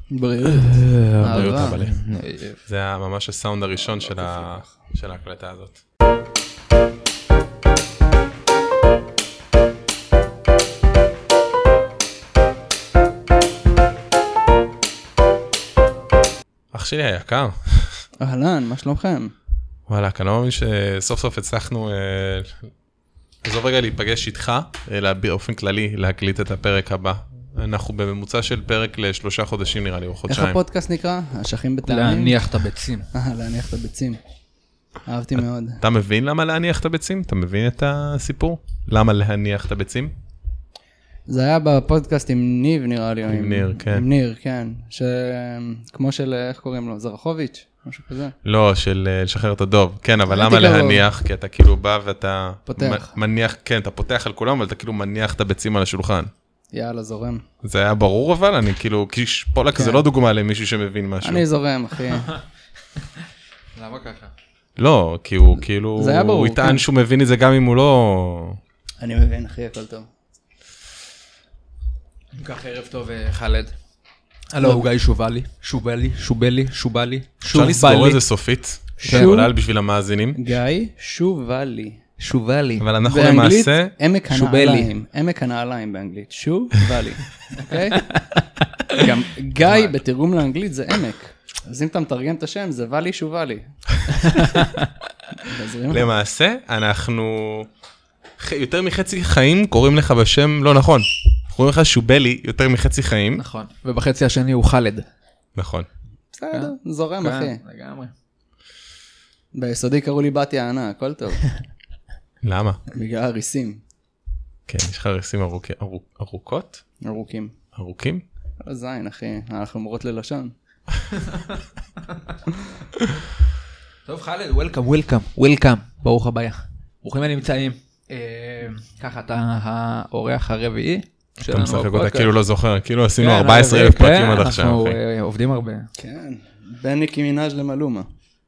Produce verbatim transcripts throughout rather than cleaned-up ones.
בריאות. בריאות אבל. זה היה ממש הסאונד הראשון של ההקלטה הזאת. אח שלי היקר. אהלן, מה שלומכם? וואלה, אני לא מאמין שסוף סוף הצלחנו, עזוב רגע להיפגש איתך, אלא באופן כללי להקליט את הפרק הבא. אנחנו בממוצע של פרק לשלושה חודשים נראה לי, או חודשיים. איך הפודקאסט נקרא? אשכים בטעמים? להניח את הביצים. אה, להניח את הביצים. אהבתי מאוד. אתה מבין למה להניח את הביצים? אתה מבין את הסיפור? למה להניח את הביצים? זה היה בפודקאסט עם ניב נראה לי. עם ניר, כן. עם ניר, כן. כמו של, איך קוראים לו? זרחוביץ', משהו כזה. לא, של לשחרר את הדוב. כן, אבל למה להניח? כי אתה כאילו בא ואתה פותח. מניח, כן, אתה פותח על כולם, אבל אתה כאילו מניח את הביצים על השולחן. יאללה, זורם. זה היה ברור אבל, אני כאילו, פולק זה לא דוגמה למישהו שמבין משהו. אני זורם, אחי. למה ככה? לא, כי הוא כאילו, זה היה ברור. הוא יטען שהוא מבין את זה גם אם הוא לא... אני מבין, אחי, הכל טוב. כך ערב טוב, חלד. הלו, הוא גיא שובלי, שובלי, שובלי, שובלי, אפשר לסגור את זה סופית? שובלי בשביל המאזינים. גיא שובלי. שובלי. אבל אנחנו למעשה... עמק הנעליים. עמק הנעליים באנגלית. שובלי. אוקיי? גם גיא בתרגום לאנגלית זה עמק. אז אם אתה מתרגם את השם, זה ואלי שובלי. למעשה, אנחנו... יותר מחצי חיים קוראים לך בשם לא נכון. קוראים לך שובלי יותר מחצי חיים. נכון. ובחצי השני הוא חלד. נכון. בסדר, זורם אחי. לגמרי. ביסודי קראו לי בת יענה, הכל טוב. למה? בגלל הריסים. כן, יש לך הריסים ארוכות? ארוכים. ארוכים? לא זין, אחי. אנחנו מורות ללשון. טוב, חלד, וולקאם, וולקאם, וולקאם. ברוך הבא. ברוכים הנמצאים. ככה, אתה האורח הרביעי. אתה משחק אותה כאילו לא זוכר, כאילו עשינו ארבעה עשר אלף פרקים עד עכשיו. אנחנו עובדים הרבה. כן, בין ניקי מנאז' למלומה.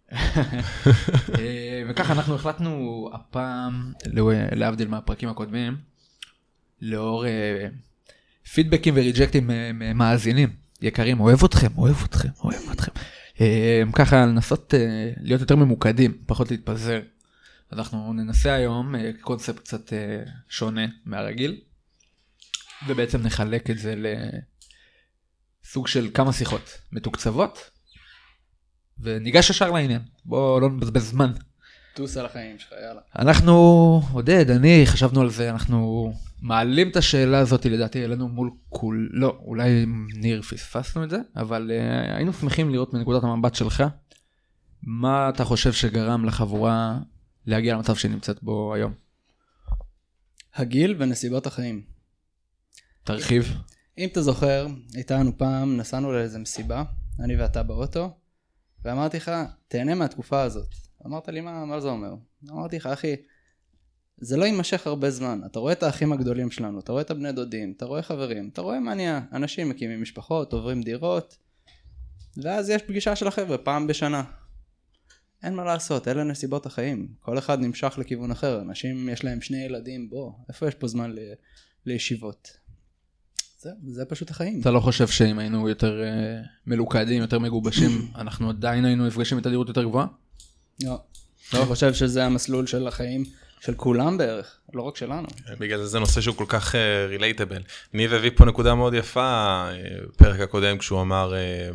וככה אנחנו החלטנו הפעם, להבדיל מהפרקים הקודמים, לאור פידבקים וריג'קטים מאזינים יקרים, אוהב אתכם, אוהב אתכם, אוהב אתכם. ככה לנסות להיות יותר ממוקדים, פחות להתפזר. אנחנו ננסה היום קונספט קצת שונה מהרגיל, ובעצם נחלק את זה לסוג של כמה שיחות מתוקצבות, וניגש ישר לעניין. בואו לא נבזבז זמן. טוס על החיים שלך, יאללה. אנחנו, עודד, אני, חשבנו על זה, אנחנו מעלים את השאלה הזאת, לדעתי, אלינו מול כול, לא, אולי ניר פספסנו את זה, אבל uh, היינו שמחים לראות מנקודת המבט שלך, מה אתה חושב שגרם לחבורה להגיע למצב שנמצאת בו היום? הגיל ונסיבות החיים. תרחיב. אם אתה זוכר, הייתה לנו פעם, נסענו לאיזה מסיבה, אני ואתה באוטו, ואמרתי לך, תהנה מהתקופה הזאת. אמרת לי, מה, מה זה אומר? אמרתי לך, אחי, זה לא יימשך הרבה זמן. אתה רואה את האחים הגדולים שלנו, אתה רואה את הבני דודים, אתה רואה חברים, אתה רואה מה נהיה. אנשים מקימים משפחות, עוברים דירות, ואז יש פגישה של החבר'ה פעם בשנה. אין מה לעשות, אלה נסיבות החיים. כל אחד נמשך לכיוון אחר. אנשים יש להם שני ילדים, בוא, איפה יש פה זמן ל... לישיבות? זה, זה פשוט החיים. אתה לא חושב שאם היינו יותר uh, מלוכדים, יותר מגובשים, אנחנו עדיין היינו נפגשים את הדירות יותר גבוהה? לא. אני חושב שזה המסלול של החיים של כולם בערך, לא רק שלנו. בגלל זה זה נושא שהוא כל כך רילייטבל. ניב הביא פה נקודה מאוד יפה, פרק הקודם, כשהוא אמר,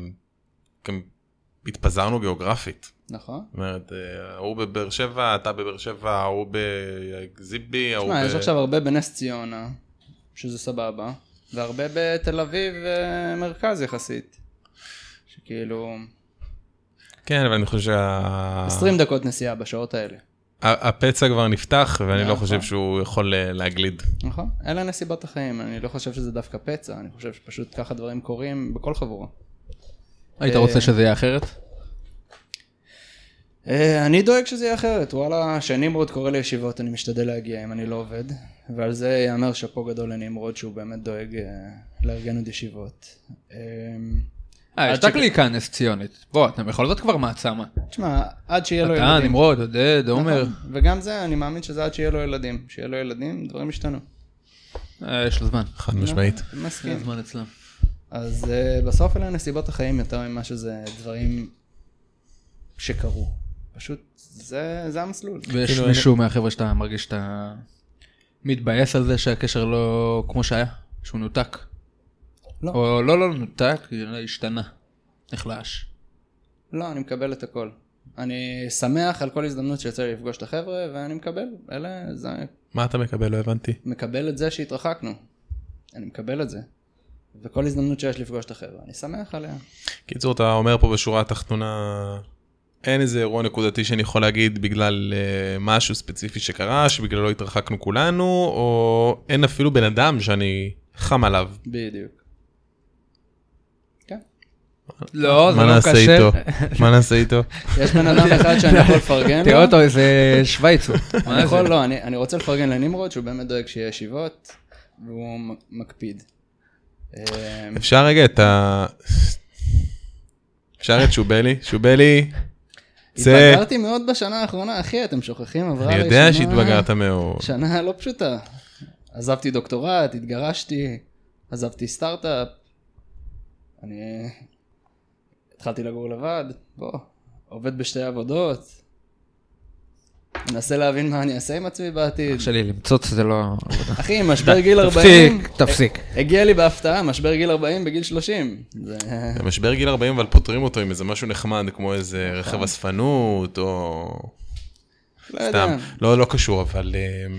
התפזרנו גיאוגרפית. נכון. זאת אומרת, הוא בבאר שבע, אתה בבאר שבע, הוא בזיבי, הוא ב... תשמע, יש עכשיו הרבה בנס ציונה, שזה סבבה, והרבה בתל אביב מרכז יחסית. שכאילו... כן, אבל אני חושב שה... עשרים דקות נסיעה בשעות האלה. הפצע כבר נפתח, ואני לא חושב שהוא יכול להגליד. נכון, אלה נסיבות החיים, אני לא חושב שזה דווקא פצע, אני חושב שפשוט ככה דברים קורים בכל חבורה. היית רוצה שזה יהיה אחרת? אני דואג שזה יהיה אחרת, וואלה, שנמרוד קורא לישיבות, אני משתדל להגיע אם אני לא עובד, ועל זה יאמר שפו גדול לנמרוד, שהוא באמת דואג לארגן עוד ישיבות. אה, יש תקלי כנס ציונית. בוא, אתם בכל זאת כבר מעצמה. תשמע, עד שיהיה לו ילדים. אתה, נמרוד, עודד, עומר. וגם זה, אני מאמין שזה עד שיהיה לו ילדים. שיהיה לו ילדים, דברים ישתנו. יש לו זמן. חד משמעית. מסכים. זמן אצלם. אז uh, בסוף אלה נסיבות החיים יותר ממה שזה דברים שקרו. פשוט זה, זה המסלול. ויש כאילו מישהו אני... מהחבר'ה שאתה מרגיש שאתה מתבאס על זה שהקשר לא כמו שהיה, שהוא נותק. לא. או לא לא נותק, השתנה, נחלש. לא, אני מקבל את הכל. אני שמח על כל הזדמנות שיוצא לי לפגוש את החבר'ה, ואני מקבל, אלה, זה... מה אתה מקבל? לא הבנתי. מקבל את זה שהתרחקנו. אני מקבל את זה. וכל הזדמנות שיש לפגוש את החבר'ה, אני שמח עליה. קיצור, אתה אומר פה בשורה התחתונה, אין איזה אירוע נקודתי שאני יכול להגיד בגלל uh, משהו ספציפי שקרה, שבגללו התרחקנו כולנו, או אין אפילו בן אדם שאני חם עליו. בדיוק. כן. לא, זה מה לא נעשה קשה. איתו? מה נעשה איתו? יש בן אדם אחד שאני יכול לפרגן לו. תראה אותו איזה שוויץ. אני יכול, לא, אני, אני רוצה לפרגן לנמרוד, שהוא באמת דואג שיהיה ישיבות, והוא מקפיד. אפשר רגע את ה... אפשר את שובלי? שובלי, זה... התבגרתי מאוד בשנה האחרונה, אחי, אתם שוכחים, עברה לי אני שנה... יודע שהתבגרת מאוד. שנה לא פשוטה. עזבתי דוקטורט, התגרשתי, עזבתי סטארט-אפ, אני... התחלתי לגור לבד, בוא, עובד בשתי עבודות, מנסה להבין מה אני אעשה עם עצמי בעתיד. אח שלי, למצוץ זה לא... אחי, משבר גיל ארבעים... תפסיק, תפסיק. הגיע לי בהפתעה, משבר גיל ארבעים בגיל שלושים. זה... משבר גיל ארבעים, אבל פותרים אותו עם איזה משהו נחמד, כמו איזה רכב אספנות, או... לא סתם, יודע. לא, לא קשור, אבל...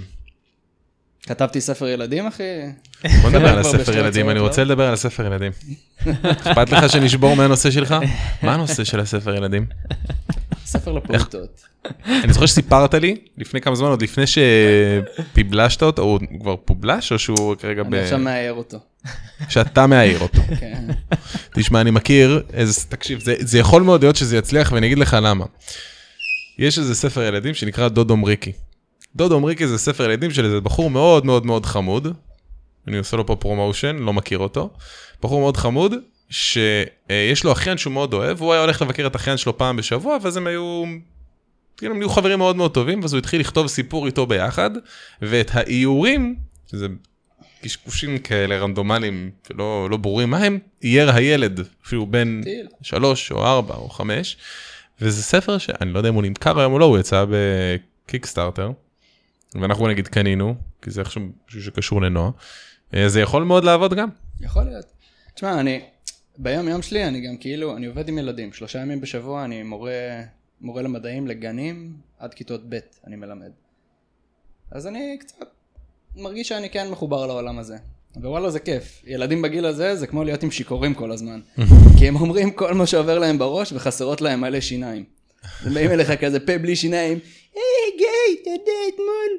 כתבתי ספר ילדים, אחי. בוא נדבר על כבר הספר בשתי ילדים, אני הוצאות, רוצה לדבר על הספר ילדים. אכפת לך שנשבור מהנושא שלך? מה הנושא של הספר ילדים? ספר לפעוטות. אני זוכר שסיפרת לי לפני כמה זמן, עוד לפני שפיבלשת אותו, הוא כבר פובלש, או שהוא כרגע ב... אני עכשיו מאייר אותו. שאתה מאייר אותו. כן. תשמע, אני מכיר, איזה, תקשיב, זה, זה יכול מאוד להיות שזה יצליח, ואני אגיד לך למה. יש איזה ספר ילדים שנקרא דודו מריקי. דודו מריקי זה ספר ילדים של איזה בחור מאוד מאוד מאוד חמוד, אני עושה לו פה פרומושן, לא מכיר אותו, בחור מאוד חמוד, שיש לו אחיין שהוא מאוד אוהב, והוא היה הולך לבקר את אחיין שלו פעם בשבוע, ואז הם היו, כאילו, הם היו חברים מאוד מאוד טובים, ואז הוא התחיל לכתוב סיפור איתו ביחד, ואת האיורים, שזה קשקושים כאלה רנדומליים, ולא לא ברורים מה הם, אייר הילד, שהוא בן שלוש או ארבע או חמש, וזה ספר שאני לא יודע אם הוא נמכר היום או לא, הוא יצא בקיקסטארטר, ואנחנו נגיד קנינו, כי זה איכשהו משהו שקשור לנועה, זה יכול מאוד לעבוד גם. יכול להיות. תשמע, אני, ביום יום שלי אני גם כאילו, אני עובד עם ילדים, שלושה ימים בשבוע אני מורה, מורה למדעים לגנים, עד כיתות ב' אני מלמד. אז אני קצת מרגיש שאני כן מחובר לעולם הזה. ווואלה זה כיף. ילדים בגיל הזה זה כמו להיות עם שיקורים כל הזמן. כי הם אומרים כל מה שעובר להם בראש וחסרות להם מלא שיניים. הם באים אליך כזה פה בלי שיניים. היי גיא, אתה יודע אתמול.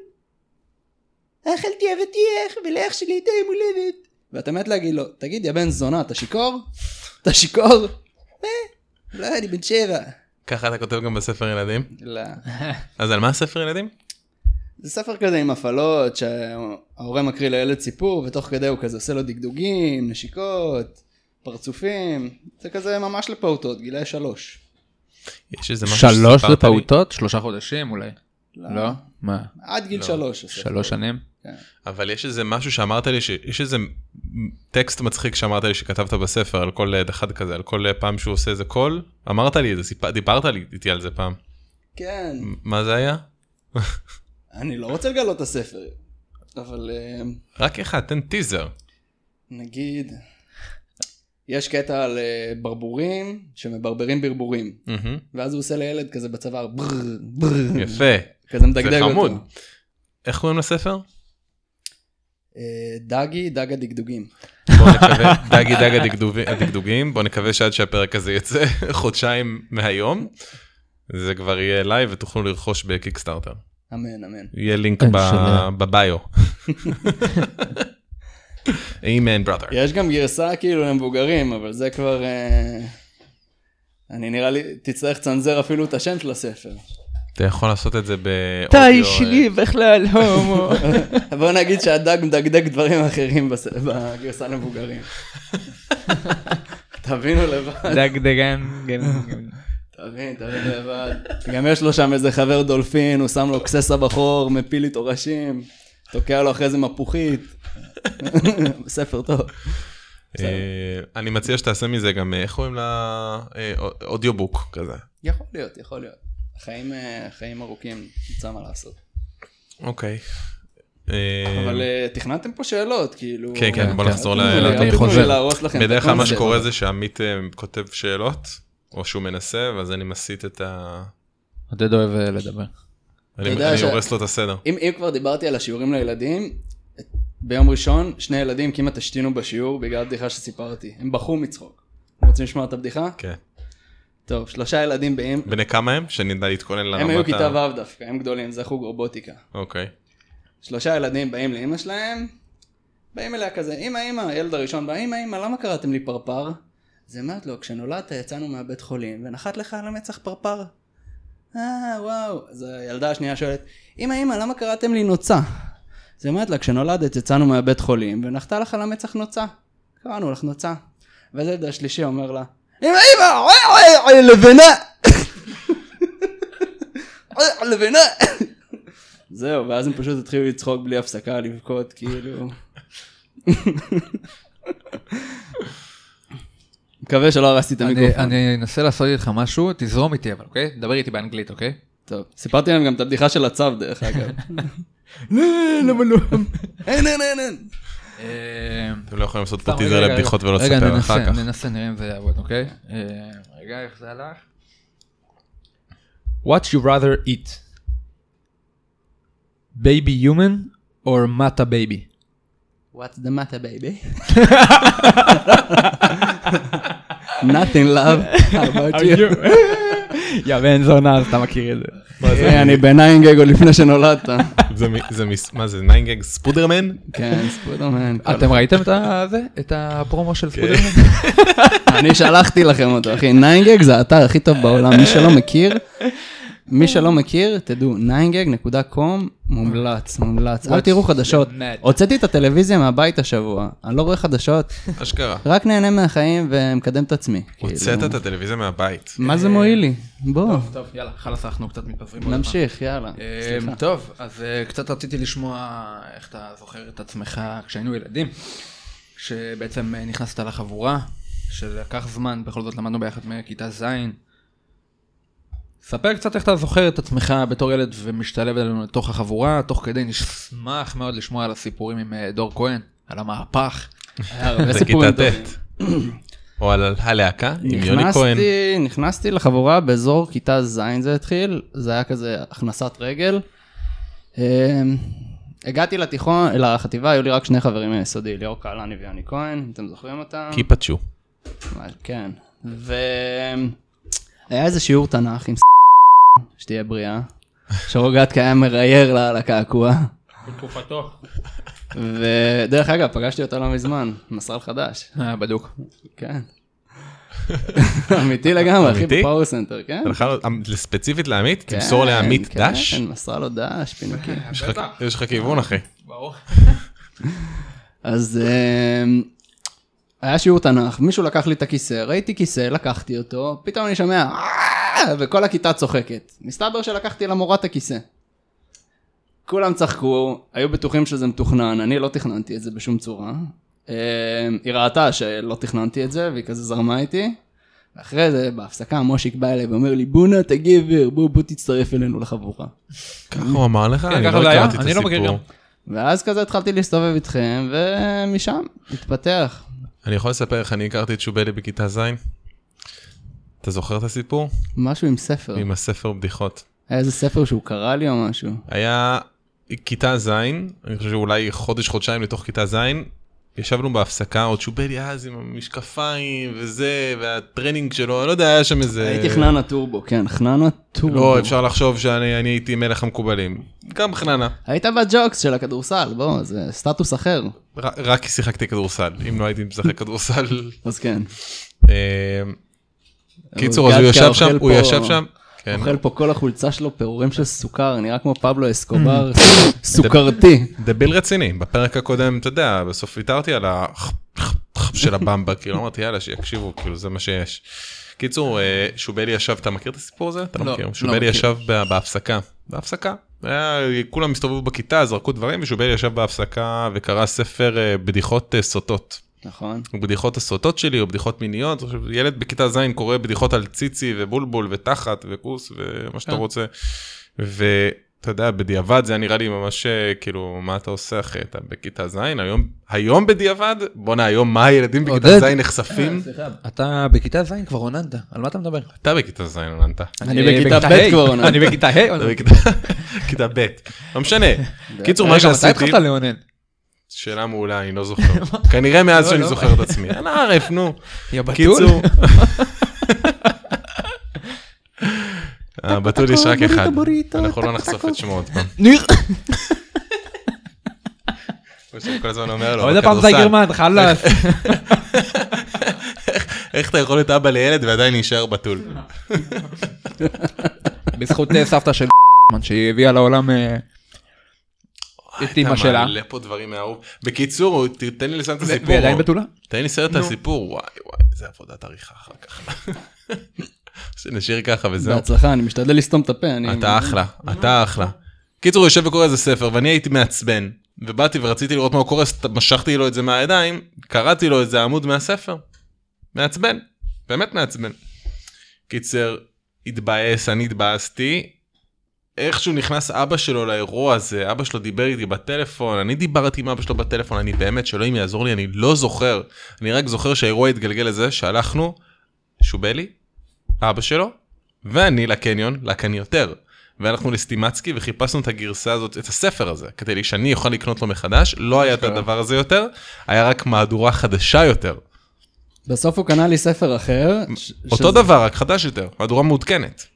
אכלתי אבטיח ולאח שלי הייתה יום הולדת. ואתה מת להגיד לו, תגיד יא בן זונה, אתה שיקור? אתה שיקור? מה? לא, אני בן שבע. ככה אתה כותב גם בספר ילדים? לא. אז על מה הספר ילדים? זה ספר כזה עם הפעלות, שההורה מקריא לילד סיפור, ותוך כדי הוא כזה עושה לו דגדוגים, נשיקות, פרצופים. זה כזה ממש לפעוטות, גילאי שלוש. יש איזה משהו שלוש שסיפרת לי? לפעוטות? שלושה חודשים אולי? לא? מה? עד גיל שלוש. הספר. שלוש שנים? כן. אבל יש איזה משהו שאמרת לי, יש איזה טקסט מצחיק שאמרת לי שכתבת בספר על כל אחד כזה, על כל פעם שהוא עושה איזה קול, אמרת לי, דיברת לי איתי על זה פעם. כן. מה זה היה? אני לא רוצה לגלות את הספר, אבל רק אחד, תן טיזר. נגיד, יש קטע על ברבורים שמברברים ברבורים, ואז הוא עושה לילד כזה בצוואר, ברר, ברר. יפה. כזה מדגדג אותו. זה חמוד. איך קוראים לספר? דגי, דג הדגדוגים. בוא נקווה, דגי דג הדגדוגים, בוא נקווה שעד שהפרק הזה יצא חודשיים מהיום, זה כבר יהיה לייב ותוכלו לרכוש בקיקסטארטר. אמן, אמן. יהיה לינק בביו. אמן, brother. יש גם גרסה כאילו למבוגרים, אבל זה כבר... אני נראה לי, תצטרך צנזר אפילו את השם של הספר. אתה יכול לעשות את זה באודיו. תאי שלי בכלל, הומו. בוא נגיד שהדג מדגדג דברים אחרים בגרסה למבוגרים. תבינו לבד. דגדגן. תבין, תבין לבד. גם יש לו שם איזה חבר דולפין, הוא שם לו קססה בחור, מפיל איתו ראשים, תוקע לו אחרי זה מפוחית. ספר טוב. אני מציע שתעשה מזה גם, איך קוראים לה, אודיובוק כזה. יכול להיות, יכול להיות. חיים ארוכים, נמצא מה לעשות. אוקיי. אבל תכננתם פה שאלות, כאילו... כן, כן, בוא נחזור ל... אני חוזר. בדרך כלל מה שקורה זה שעמית כותב שאלות, או שהוא מנסה, ואז אני מסיט את ה... עודד אוהב לדבר. אני הורס לו את הסדר. אם כבר דיברתי על השיעורים לילדים, ביום ראשון, שני ילדים כמעט השתינו בשיעור, בגלל הבדיחה שסיפרתי. הם בחרו מצחוק. רוצים לשמוע את הבדיחה? כן. טוב, שלושה ילדים באים... בני כמה הם? שנדע להתכונן לרמת ה... הם היו כיתה ו' דווקא, הם גדולים, זה חוג רובוטיקה. אוקיי. שלושה ילדים באים לאמא שלהם, באים אליה כזה, אמא, אמא, הילד הראשון בא, אמא, אמא, למה קראתם לי פרפר? זה אמרת לו, כשנולדת יצאנו מהבית חולים, ונחת לך על המצח פרפר. אה, וואו. אז הילדה השנייה שואלת, אמא, אמא, למה קראתם לי נוצה? זה אמרת לה, כשנולדת יצאנו מהבית חולים, ונחתה לך על המצח נוצה. קראנו לך נוצה. ואז הילד השלישי אומר לה, אמא, אמא, לבנה. לבנה. זהו, ואז הם פשוט התחילו לצחוק בלי הפסקה, לבכות, כאילו. מקווה שלא הרסתי את המיקרופון. אני אנסה לעשות איתך משהו, תזרום איתי אבל, אוקיי? דבר איתי באנגלית, אוקיי? טוב, סיפרתי להם גם את הבדיחה של הצו, דרך אגב. לא, למה לא? אין, אין, אין, אין. אתם לא יכולים לעשות פה טיזר לבדיחות ולא לספר אחר כך. רגע, ננסה, נראה אם זה יעבוד, אוקיי? רגע, איך זה הלך? What you rather eat? Baby human or mata baby? What's the matter, baby? Nothing, love. How about you? יא בן זונה, אז אתה מכיר את זה. אני בניין גגו לפני שנולדת. מה זה, ניין גג? ספודרמן? כן, ספודרמן. אתם ראיתם את הפרומו של ספודרמן? אני שלחתי לכם אותו, אחי. ניין גג זה האתר הכי טוב בעולם. מי שלא מכיר, מי שלא מכיר, תדעו, ניין גג נקודה קום, מומלץ, מומלץ. אל תראו חדשות. הוצאתי את הטלוויזיה מהבית השבוע. אני לא רואה חדשות. אשכרה. רק נהנה מהחיים ומקדם את עצמי. הוצאת את הטלוויזיה מהבית. מה זה מועיל לי? בוא. טוב, טוב, יאללה, חלס אנחנו קצת מתפזרים. נמשיך, יאללה. סליחה. טוב, אז קצת רציתי לשמוע איך אתה זוכר את עצמך כשהיינו ילדים. שבעצם נכנסת לחבורה, שלקח זמן, בכל זאת למדנו ביחד מכיתה זין. ספר קצת איך אתה זוכר את עצמך בתור ילד ומשתלב אלינו לתוך החבורה, תוך כדי נשמח מאוד לשמוע על הסיפורים עם דור כהן, על המהפך. זה כיתה ט' או על הלהקה עם יוני כהן. נכנסתי לחבורה באזור כיתה זין זה התחיל, זה היה כזה הכנסת רגל. הגעתי לתיכון, לחטיבה, היו לי רק שני חברים מהיסודי, ליאור קהלני ויוני כהן, אתם זוכרים אותם? קיפצ'ו. כן, והיה איזה שיעור תנ"ך עם שתהיה בריאה, שרוגת היה מראייר לה על הקעקוע. בתקופתו. ודרך אגב, פגשתי אותה לא מזמן, מסרל חדש. אה, בדוק. כן. אמיתי לגמרי, אחי בפאור סנטר, כן? ספציפית לעמית, תמסור לעמית דש? כן, מסרה לו דש, פינוקי. יש לך כיוון, אחי. ברור. אז היה שיעור תנ"ך, מישהו לקח לי את הכיסא, ראיתי כיסא, לקחתי אותו, פתאום אני שומע, וכל הכיתה צוחקת. מסתבר שלקחתי למורת הכיסא. כולם צחקו, היו בטוחים שזה מתוכנן, אני לא תכננתי את זה בשום צורה. היא ראתה שלא תכננתי את זה, והיא כזה זרמה איתי. ואחרי זה, בהפסקה, מושיק בא אליי ואומר לי, בונה, תגבר, בוא, בוא תצטרף אלינו לחבורה. ככה הוא אמר לך? אני לא הכרתי את הסיפור. ואז כזה התחלתי להסתובב איתכם, ומשם התפתח. אני יכול לספר איך אני הכרתי את שובלי בכיתה זין? אתה זוכר את הסיפור? משהו עם ספר. עם הספר בדיחות. היה איזה ספר שהוא קרא לי או משהו? היה כיתה זין, אני חושב שאולי חודש, חודשיים לתוך כיתה זין, ישבנו בהפסקה, עוד שובלי אז עם המשקפיים וזה, והטרנינג שלו, אני לא יודע, היה שם איזה... הייתי חננה טורבו, כן, חננה טורבו. לא, אפשר לחשוב שאני הייתי מלך המקובלים. גם חננה. היית בג'וקס של הכדורסל, בוא, זה סטטוס אחר. רק כי שיחקתי כדורסל, אם לא הייתי משחק כדורסל. אז כן. קיצור, אז הוא ישב שם, הוא ישב שם. אוכל פה כל החולצה שלו פירורים של סוכר, נראה כמו פבלו אסקובר, סוכרתי. דביל רציני, בפרק הקודם, אתה יודע, בסוף ויתרתי על החפ של הבמבה, כאילו אמרתי, יאללה, שיקשיבו, כאילו זה מה שיש. קיצור, שובלי ישב, אתה מכיר את הסיפור הזה? אתה לא מכיר. שובלי ישב בהפסקה, בהפסקה. כולם הסתובבו בכיתה, זרקו דברים, ושובלי ישב בהפסקה וקרא ספר בדיחות סוטות. נכון. או בדיחות הסוטות שלי, או בדיחות מיניות. ילד בכיתה זין קורא בדיחות על ציצי ובולבול ותחת וכוס ומה שאתה רוצה. ואתה יודע, בדיעבד זה נראה לי ממש כאילו, מה אתה עושה אחרי? אתה בכיתה זין? היום, היום בדיעבד? בוא נה, היום מה הילדים בכיתה זין נחשפים? אתה בכיתה זין כבר עוננת, על מה אתה מדבר? אתה בכיתה זין עוננת. אני בכיתה ב' כבר עוננת. אני בכיתה ה'. כיתה ב'. לא משנה. קיצור, מה שעשיתי... מתי התחלת לעונן? שאלה מעולה, אני לא זוכר. כנראה מאז שאני זוכר את עצמי. אני ערף, נו. יא בתול? קיצור. בתול יש רק אחד. אנחנו לא נחשוף את שמו עוד פעם. ניר! כל הזמן אומר לו, עוד פעם זה גרמן, חלאס. איך אתה יכול להיות אבא לילד ועדיין נשאר בתול? בזכות סבתא של שהיא הביאה לעולם את אמא שלה. אתה מעלה פה דברים מהאהוב. בקיצור, תן לי לסיים את הסיפור. ועדיין בתולה? תן לי לסיים את הסיפור. וואי וואי, זה עבודת עריכה אחר כך. שנשאיר ככה וזהו. בהצלחה, אני משתדל לסתום את הפה. אתה אחלה, אתה אחלה. קיצור, הוא יושב וקורא איזה ספר, ואני הייתי מעצבן, ובאתי ורציתי לראות מה הוא קורא, משכתי לו את זה מהידיים, קראתי לו איזה עמוד מהספר. מעצבן, באמת מעצבן. קיצר, התבאס, אני התבאסתי, איכשהו נכנס אבא שלו לאירוע הזה, אבא שלו דיבר איתי בטלפון, אני דיברתי עם אבא שלו בטלפון, אני באמת, שאלוהים יעזור לי, אני לא זוכר. אני רק זוכר שהאירוע התגלגל לזה, שהלכנו, שובלי, אבא שלו, ואני לקניון, לקני יותר. והלכנו לסטימצקי וחיפשנו את הגרסה הזאת, את הספר הזה, כדי שאני אוכל לקנות לו מחדש, לא היה את הדבר הזה יותר, היה רק מהדורה חדשה יותר. בסוף הוא קנה לי ספר אחר. אותו דבר, רק חדש יותר, מהדורה מעודכנת.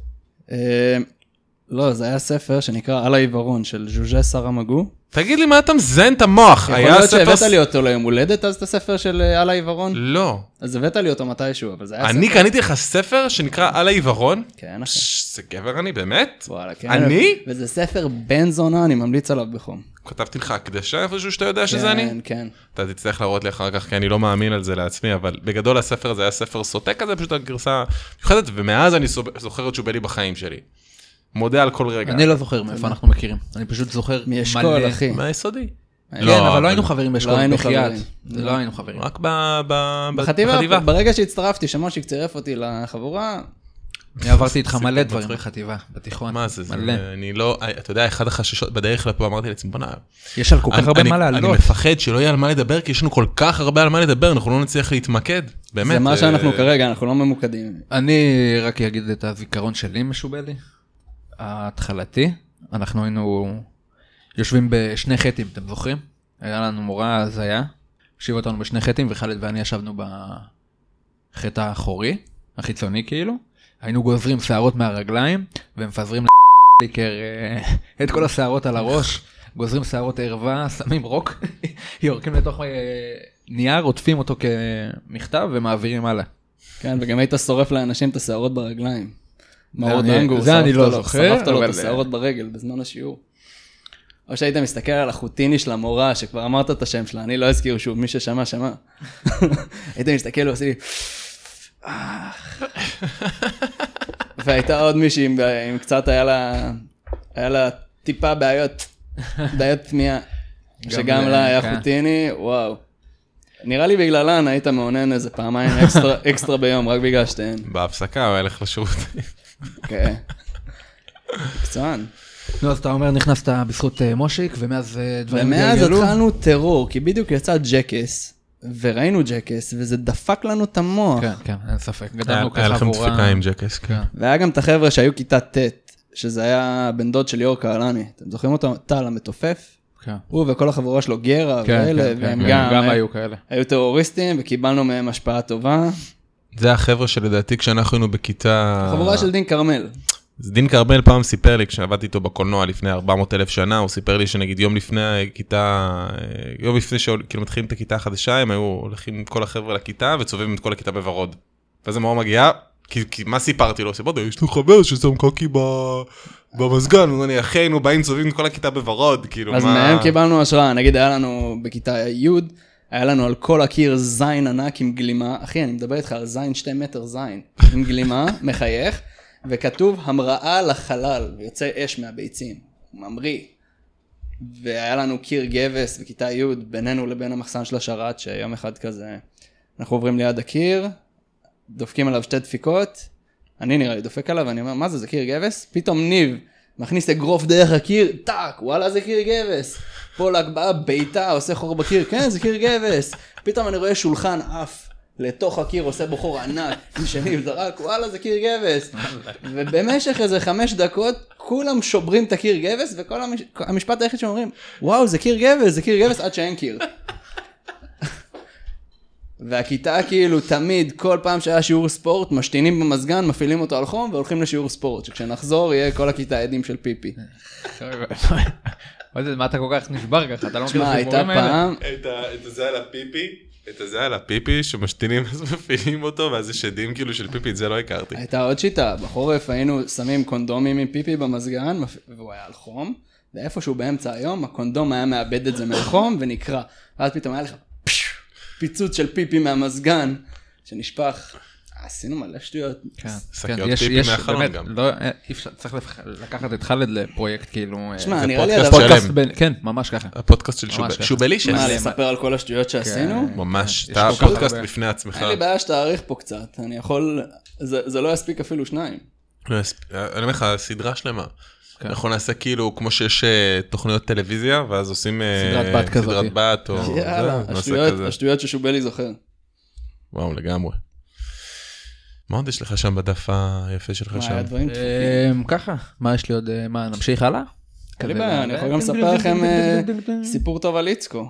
לא, זה היה ספר שנקרא על העיוורון של ז'וז'ה סרמגו. תגיד לי מה אתה מזן את המוח? יכול להיות שהבאת לי אותו ליום הולדת אז את הספר של על העיוורון? לא. אז הבאת לי אותו מתישהו, אבל זה היה ספר. אני קניתי לך ספר שנקרא על העיוורון? כן, אחי. זה גבר אני, באמת? וואלה, כן. אני? וזה ספר בן זונה, אני ממליץ עליו בחום. כתבתי לך הקדשה איפשהו שאתה יודע שזה אני? כן, כן. אתה תצטרך להראות לי אחר כך, כי אני לא מאמין על זה לעצמי, אבל בגדול הספר הזה היה ספר סוטה כזה, פשוט הגרסה מיוחדת, ומאז אני זוכר את שובי לי בחיים שלי. מודה על כל רגע. אני לא זוכר מאיפה אנחנו מכירים. אני פשוט זוכר מאשכול, אחי. מהיסודי. כן, אבל לא היינו חברים באשכול, בחייאת. לא היינו חברים. רק בחטיבה. ברגע שהצטרפתי, שמושי צירף אותי לחבורה. אני עברתי איתך מלא דברים בחטיבה, בתיכון. מה זה? אני לא, אתה יודע, אחד החששות בדרך לפה אמרתי לעצמי, בוא נע. יש על כל כך הרבה מה לעלות. אני מפחד שלא יהיה על מה לדבר, כי יש לנו כל כך הרבה על מה לדבר, אנחנו לא נצליח להתמקד. באמת. זה מה שאנחנו כרגע, אנחנו לא ממוקדים. אני רק אגיד את הזיכרון שלי משובלי. ההתחלתי, אנחנו היינו יושבים בשני חטים, אתם זוכרים? היה לנו מורה, אז היה, הושיב אותנו בשני חטים, וחלד ואני ישבנו בחט האחורי, החיצוני כאילו, היינו גוזרים שערות מהרגליים, ומפזרים ליקר את כל השערות על הראש, גוזרים שערות ערווה, שמים רוק, יורקים לתוך נייר, עוטפים אותו כמכתב, ומעבירים הלאה. כן, וגם היית שורף לאנשים את השערות ברגליים. זה אני לא זוכר. שרפת לו את השערות ברגל בזמן השיעור. או שהיית מסתכל על החוטיני של המורה, שכבר אמרת את השם שלה, אני לא אזכיר שוב, מי ששמע, שמע. היית מסתכל ועושה לי, והייתה עוד מישהי עם קצת היה לה טיפה בעיות, בעיות תמיעה, שגם לה היה חוטיני, וואו. נראה לי בגללן היית מעונן איזה פעמיים אקסטרה ביום, רק בגלל שתיהן. בהפסקה הוא הלך לשירותים. כן. קצוען. נו, אז אתה אומר, נכנסת בזכות מושיק, ומאז דברים גלגלו? ומאז התחלנו טרור, כי בדיוק יצא ג'קס, וראינו ג'קס, וזה דפק לנו את המוח. כן, כן, אין ספק. גדלנו ככה היה לכם עבורה. דפיקה עם ג'קס, כן. והיה גם את החבר'ה שהיו כיתה ט', שזה היה בן דוד של ליאור קהלני. אתם זוכרים אותו? טל המתופף? כן. הוא וכל החבורה שלו גרה, ואלה, והם גם היו כאלה. היו טרוריסטים, וקיבלנו מהם השפעה טובה. זה החבר'ה שלדעתי כשאנחנו היינו בכיתה... החבורה של דין קרמל. דין קרמל פעם סיפר לי, כשעבדתי איתו בקולנוע לפני ארבע מאות אלף שנה, הוא סיפר לי שנגיד יום לפני כיתה, יום לפני שכאילו מתחילים את הכיתה החדשה, הם היו הולכים עם כל החבר'ה לכיתה, וצובבים את כל הכיתה בוורוד. ואז המורה מגיעה, כי, כי מה סיפרתי לו? סיפרתי, יש לו חבר ששם קוקי ב... במזגן, ואני, אחי, היינו באים צובבים את כל הכיתה בוורוד, כאילו אז מה... מהם קיבלנו השראה, נגיד היה לנו בכיתה י' היה לנו על כל הקיר זין ענק עם גלימה, אחי, אני מדבר איתך על זין שתי מטר זין, עם גלימה, מחייך, וכתוב המראה לחלל, ויוצא אש מהביצים, ממריא. והיה לנו קיר גבס בכיתה י' בינינו לבין המחסן של השרת, שיום אחד כזה, אנחנו עוברים ליד הקיר, דופקים עליו שתי דפיקות, אני נראה לי דופק עליו, ואני אומר, מה זה, זה קיר גבס? פתאום ניב מכניס אגרוף דרך הקיר, טק, וואלה זה קיר גבס. פולק בא ביתה, עושה חור בקיר, כן זה קיר גבס. פתאום אני רואה שולחן אף לתוך הקיר, עושה בו חור ענק, שניב זרק, וואלה זה קיר גבס. ובמשך איזה חמש דקות, כולם שוברים את הקיר גבס, וכל המש... המשפט היחיד שאומרים, וואו זה קיר גבס, זה קיר גבס עד שאין קיר. והכיתה כאילו תמיד, כל פעם שהיה שיעור ספורט, משתינים במזגן, מפעילים אותו על חום, והולכים לשיעור ספורט, שכשנחזור יהיה כל הכיתה עדים של פיפי. מה אתה כל כך נשבר ככה? אתה לא מכיר שמה, את הסיפורים הייתה האלה? פעם, את הזה על הפיפי, את הזה על הפיפי, שמשתינים אז מפעילים אותו, ואז יש שדים כאילו של פיפי, את זה לא הכרתי. הייתה עוד שיטה, בחורף היינו שמים קונדומים עם פיפי במזגן, והוא היה על חום, ואיפשהו באמצע היום, הקונדום היה מאבד את זה מהחום, ונקרא. ואז פתאום היה לך פיצוץ של פיפי מהמזגן, שנשפך. עשינו מלא שטויות. שקיות פיפי מהחלון גם. צריך לקחת את חלד לפרויקט כאילו... שמע, נראה לי פודקאסט הדבר... שלם. כן, ממש ככה. הפודקאסט של שובלישס. מה, לספר על כל השטויות שעשינו? ממש, יש אתה כל כך פודקאסט הרבה. בפני עצמך. אין לי בעיה שתאריך פה קצת, אני יכול... זה זה לא יספיק אפילו שניים. לא יספ- אני אומר לך, סדרה שלמה. אנחנו נעשה כאילו, כמו שיש אה, תוכניות טלוויזיה, ואז עושים אה, סדרת בת כזאת. סדרת בת, או יאללה, זה, נעשה השטויות- כזה. השטויות ששובלי זוכר. וואו, לגמרי. מה עוד יש לך שם בדף היפה שלך מה, שם? היה דברים דפוקים. אמ, ככה, מה יש לי עוד, אה, מה, נמשיך הלאה? אין לי כזה, בעיה, אני אה, יכול גם לספר לכם אה, סיפור טוב על איצקו.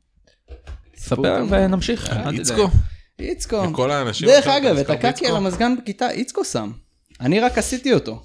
ספר ונמשיך. אל תדאג. איצקו, איצקו. לכל האנשים. דרך עכשיו, אגב, את תזכור הקקי באיצקו. על המזגן בכיתה איצקו שם. אני רק עשיתי אותו.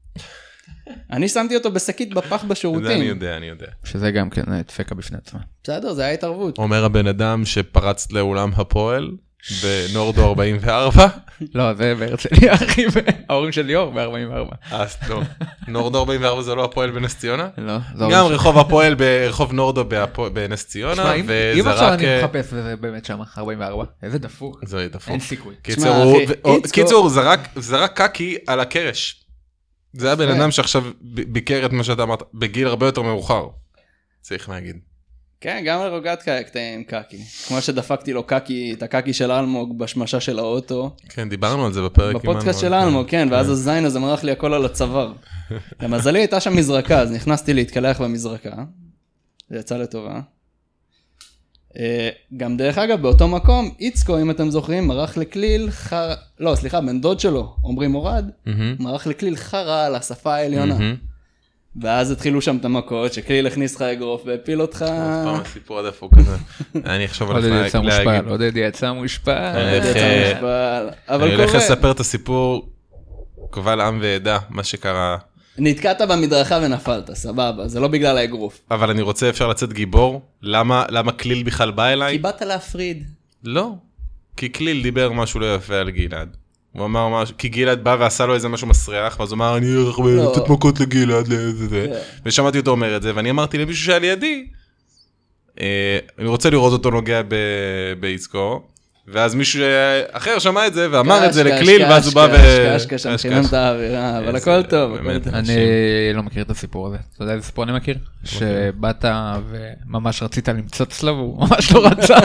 אני שמתי אותו בשקית בפח זה אני בשירותים. יודע, אני יודע. שזה גם כן אה, דפקה בפני עצמה. בסדר, זה היה התערבות. אומר הבן אדם שפרץ לאולם הפועל, בנורדו ארבעים וארבע. לא, זה בהרצליה, אחי, ההורים של ליאור ב-ארבעים וארבע. אז לא, נורדו ארבעים וארבע זה לא הפועל בנס ציונה? לא, זה גם ההורים רחוב הפועל ברחוב נורדו בהפוע- בנס של- ציונה, שמע, אם- וזה אם עכשיו רק... אני מחפש וזה באמת שם, ארבעים וארבע, איזה דפוק. זה דפוק. אין סיכוי. קיצור, שמע, הוא- אחי, הוא- איצקו- קיצור, הוא זרק- זרק קקי על הקרש. זה הבן כן. אדם שעכשיו ב- ביקר את מה שאתה אמרת, בגיל הרבה יותר מאוחר. צריך להגיד. כן, גם לרוגטקה היה קטעים עם קקי. כמו שדפקתי לו קקי, את הקקי של אלמוג בשמשה של האוטו. כן, דיברנו על זה בפרק. עם בפודקאסט של אלמוג. אלמוג, כן, ואז הזין הזה מרח לי הכל על הצוואר. למזלי הייתה שם מזרקה, אז נכנסתי להתקלח במזרקה. זה יצא לטובה. אה, גם דרך אגב, באותו מקום, איצקו, אם אתם זוכרים, מרח לכליל חר... לא, סליחה, בן דוד שלו, עומרי מורד, מהמם, מרח לכליל חרה על השפה העליונה. מהמם. ואז התחילו שם את המכות, שכליל הכניס לך אגרוף והפיל אותך. עוד פעם הסיפור הדפוק הזה. אני אחשוב על עודד יצא מושפל, להגיד. עודד יצא מושפל. אני יצא אה, מושפל. אבל אני הולך קורה. לספר את הסיפור קבל עם ועדה, מה שקרה. נתקעת במדרכה ונפלת, סבבה, זה לא בגלל האגרוף. אבל אני רוצה, אפשר לצאת גיבור. למה למה כליל בכלל בא כי אליי? באת להפריד. לא. כי כליל דיבר משהו לא יפה על גלעד. הוא אמר משהו, כי גלעד בא ועשה לו איזה משהו מסריח, ואז הוא אמר, אני הולך לא. לתת מכות לגלעד, לזה זה. כן. ושמעתי אותו אומר את זה, ואני אמרתי למישהו שהיה לידי, אה, אני רוצה לראות אותו נוגע ב- באיצקו, ואז מישהו אחר שמע את זה, ואמר את זה קש, לכליל, קש, ואז הוא בא ו... קש, קש, קש, אני קש, חימם קש. את האווירה, אבל איזה- הכל טוב, הכל באמת. טוב. אני לא מכיר את הסיפור הזה. אתה יודע איזה סיפור אני מכיר? אוקיי. שבאת וממש רצית למצוץ לו והוא ממש לא רצה.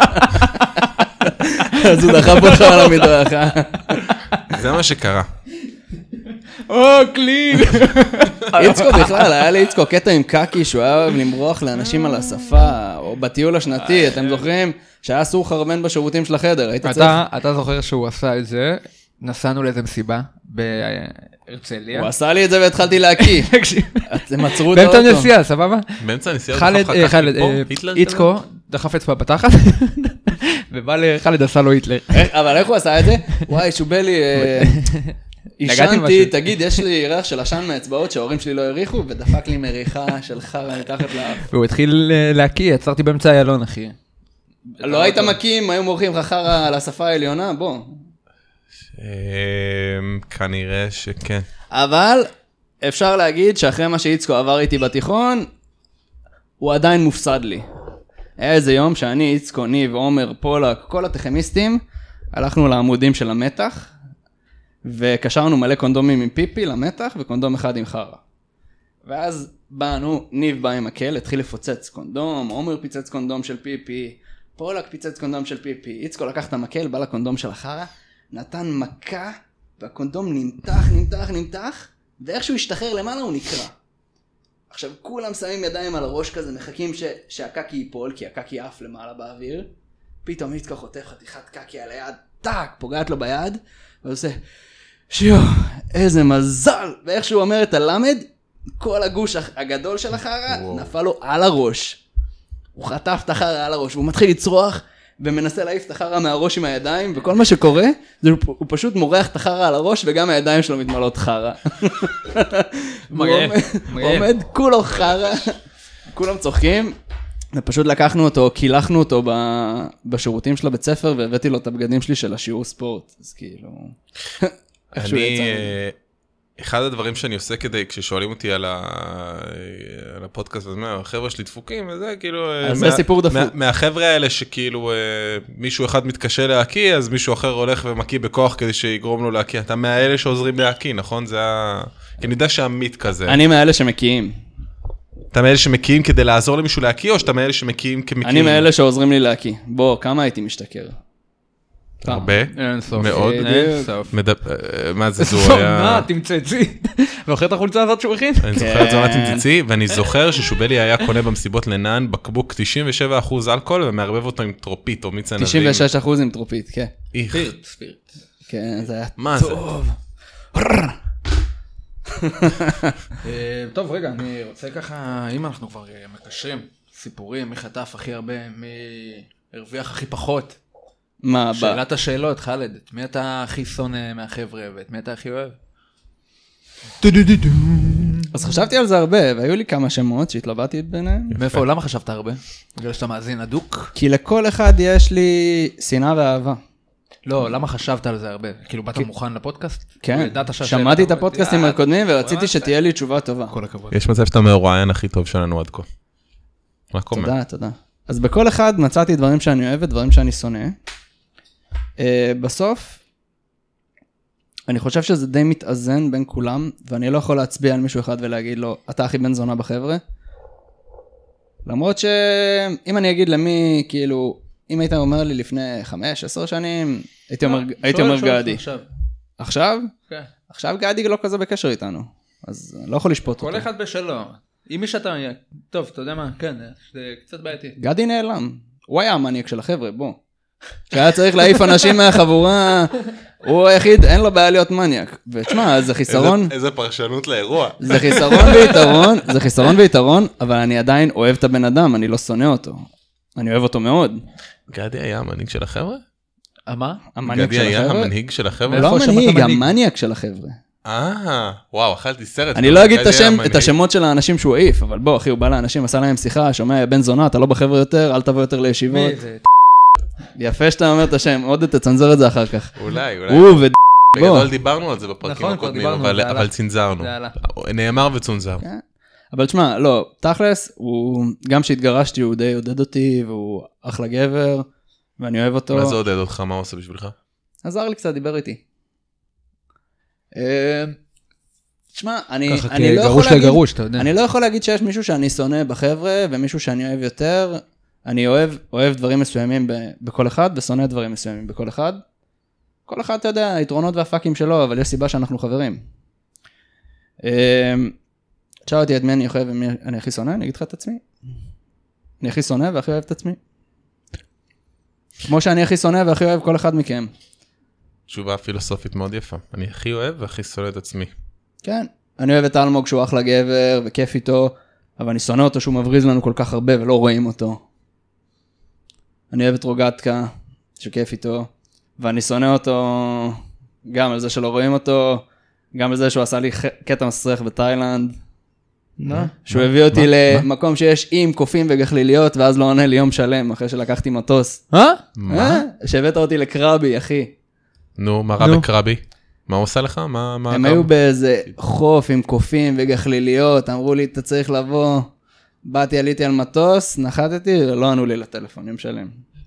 אז הוא דחף אותך על המדרכה. זה מה שקרה. או, קליל. איצקו בכלל, היה לאיצקו קטע עם קקי, שהוא היה אוהב למרוח לאנשים על השפה, או בטיול השנתי, אתם זוכרים שהיה אסור חרבן בשירותים של החדר, היית צריך... אתה אתה זוכר שהוא עשה את זה, נסענו לאיזה מסיבה בהרצליה. הוא עשה לי את זה והתחלתי להקיא. תקשיב. הם עצרו את באמצע האוטו. נסיעה, סבבה? באמצע הנסיעה חלד, דחף אה, לך חלד, פה, אה, היטלר איצקו דחף אצבע בתחת, ובא לחלד עשה לו היטלר. איך- אבל איך הוא עשה את זה? וואי, שובלי, אה, נגעתי עישנתי, במשהו. תגיד, יש לי ריח של עשן מהאצבעות שההורים שלי לא העריכו, ודפק לי מריחה של חרא מתחת לאף. והוא התחיל אה, להקיא, עצרתי באמצע איילון, אחי. לא היית מקים, היו מורחים לך חרא על השפה העליונה, בוא. אה, כנראה שכן. אבל אפשר להגיד שאחרי מה שאיצקו עבר איתי בתיכון, הוא עדיין מופסד לי. היה איזה יום שאני, איצקו, ניב, עומר, פולק, כל הטכניסטים, הלכנו לעמודים של המתח, וקשרנו מלא קונדומים עם פיפי למתח, וקונדום אחד עם חרא. ואז באנו, ניב בא עם הקל, התחיל לפוצץ קונדום, עומר פיצץ קונדום של פיפי, פולק פיצץ קונדום של פיפי, איצקו לקח את המקל, בא לקונדום של החרה, נתן מכה, והקונדום נמתח, נמתח, נמתח, ואיכשהו השתחרר למעלה הוא נקרא. עכשיו כולם שמים ידיים על הראש כזה, מחכים ש... שהקקי ייפול, כי הקקי עף למעלה באוויר, פתאום איצקו חותך חתיכת קקי על היד, טק, פוגעת לו ביד, ועושה, שיו, איזה מזל, ואיכשהו אומר את הלמד, כל הגוש הגדול של החרה נפל לו על הראש. הוא חטף את החרה על הראש, והוא מתחיל לצרוח, ומנסה להעיף את החרה מהראש עם הידיים, וכל מה שקורה, זה הוא פשוט מורח את החרה על הראש, וגם הידיים שלו מתמלאות חרה. הוא עומד, כולו חרה, כולם צוחקים, ופשוט לקחנו אותו, קילחנו אותו בשירותים של הבית ספר, והבאתי לו את הבגדים שלי של השיעור ספורט, אז כאילו... אני... אחד הדברים שאני עושה כדי, כששואלים אותי על הפודקאסט, אז מה, החבר'ה שלי דפוקים, וזה כאילו... זה סיפור דפוק. מהחבר'ה האלה שכאילו מישהו אחד מתקשה להקיא, אז מישהו אחר הולך ומקיא בכוח כדי שיגרום לו להקיא. אתה מהאלה שעוזרים להקיא, נכון? זה ה... כי אני יודע שהעמית כזה. אני מהאלה שמקיים. אתה מאלה שמקיים כדי לעזור למישהו להקיא, או שאתה מאלה שמקיים כמקיים? אני מאלה שעוזרים לי להקיא. בוא, כמה הייתי משתכר? הרבה, אין סוף. מאוד. אין סוף. מה זה זו היה... מה, תמצאצי. ואחרי את החולצה הזאת שהוא הכין? אני זוכר את זו תמצאצי, ואני זוכר ששובלי היה קונה במסיבות לנען בקבוק תשעים ושבעה אחוז אלכוהול, ומערבב אותו עם טרופית או מיץ ענבים. תשעים ושש אחוז עם טרופית, כן. איך. ספירט, ספירט. כן, זה היה מה זה? טוב, רגע, אני רוצה ככה, אם אנחנו כבר מקשרים סיפורים, מי חטף הכי הרבה, מי הרוויח הכי פחות. מה, שאלת השאלות, חלד, את מי אתה הכי שונא מהחבר'ה, ואת מי אתה הכי אוהב? אז חשבתי על זה הרבה, והיו לי כמה שמות שהתלבטתי ביניהם. מאיפה, למה חשבת הרבה? בגלל שאתה מאזין הדוק? כי לכל אחד יש לי שנאה ואהבה. לא, למה חשבת על זה הרבה? כאילו, באת מוכן לפודקאסט? כן, שמעתי את הפודקאסטים הקודמים, ורציתי שתהיה לי תשובה טובה. כל הכבוד. יש מצב שאתה מהרואיין הכי טוב שלנו עד כה. רק אומר. תודה, תודה. אז בכל אחד מצאתי דברים שאני אוהב ודברים שאני שונא. בסוף, אני חושב שזה די מתאזן בין כולם, ואני לא יכול להצביע על מישהו אחד ולהגיד לו, אתה הכי בן זונה בחבר'ה. למרות שאם אני אגיד למי, כאילו, אם היית אומר לי לפני חמש, עשר שנים, הייתי אומר, הייתי אומר גדי. עכשיו? כן. עכשיו גדי לא כזה בקשר איתנו, אז אני לא יכול לשפוט אותו. כל אחד בשלו. אם מי שאתה, טוב, אתה יודע מה, כן, זה קצת בעייתי. גדי נעלם. הוא היה המניאק של החבר'ה, בוא. שהיה צריך להעיף אנשים מהחבורה, הוא היחיד, אין לו בעיה להיות מניאק. ותשמע, זה חיסרון. איזה פרשנות לאירוע. זה חיסרון ויתרון, זה חיסרון ויתרון, אבל אני עדיין אוהב את הבן אדם, אני לא שונא אותו. אני אוהב אותו מאוד. גדי היה המנהיג של החבר'ה? מה? גדי היה המנהיג של החבר'ה? לא המנהיג, המניאק של החבר'ה. אה, וואו, אכלתי סרט. אני לא אגיד את השמות של האנשים שהוא העיף, אבל בוא, אחי, הוא בא לאנשים, עשה להם שיחה, שומע, בן זונה, אתה לא בחבר'ה יותר, אל תבוא יותר לישיבות. יפה שאתה אומר את השם, עוד תצנזר את זה אחר כך. אולי, אולי. הוא ו... בגדול דיברנו על זה בפרקים הקודמים, אבל צנזרנו. נאמר וצונזר. אבל תשמע, לא, תכלס, גם שהתגרשתי, הוא די עודד אותי, והוא אחלה גבר, ואני אוהב אותו. מה זה עודד אותך? מה הוא עושה בשבילך? עזר לי קצת, דיבר איתי. תשמע, אני אני לא יכול להגיד, לגרוש, אתה יודע. אני לא יכול להגיד שיש מישהו שאני שונא בחבר'ה, ומישהו שאני אוהב יותר. אני אוהב, אוהב דברים מסוימים בכל אחד, ושונא דברים מסוימים בכל אחד. כל אחד, אתה יודע, היתרונות והפאקים שלו, אבל יש סיבה שאנחנו חברים. תשאל אותי את מי אני אוהב ומי אני הכי שונא, אני אגיד לך את עצמי. אני הכי שונא והכי אוהב את עצמי. כמו שאני הכי שונא והכי אוהב כל אחד מכם. תשובה פילוסופית מאוד יפה. אני הכי אוהב והכי שונא את עצמי. כן, אני אוהב את אלמוג שהוא אחלה גבר וכיף איתו, אבל אני שונא אותו שהוא מבריז לנו כל כך הרבה ולא רואים אותו. אני אוהב את רוגטקה, שכיף איתו, ואני שונא אותו גם על זה שלא רואים אותו, גם על זה שהוא עשה לי קטע מסריח בתאילנד, שהוא הביא אותי למקום שיש עם קופים וגחליליות, ואז לא עונה לי יום שלם אחרי שלקחתי מטוס. אה? מה? שהבאת אותי לקרבי, אחי. נו, מה רע בקרבי? מה הוא עושה לך? הם היו באיזה חוף עם קופים וגחליליות, אמרו לי, אתה צריך לבוא... באתי, עליתי על מטוס, נחתתי, ולא ענו לי לטלפון, יום שלם.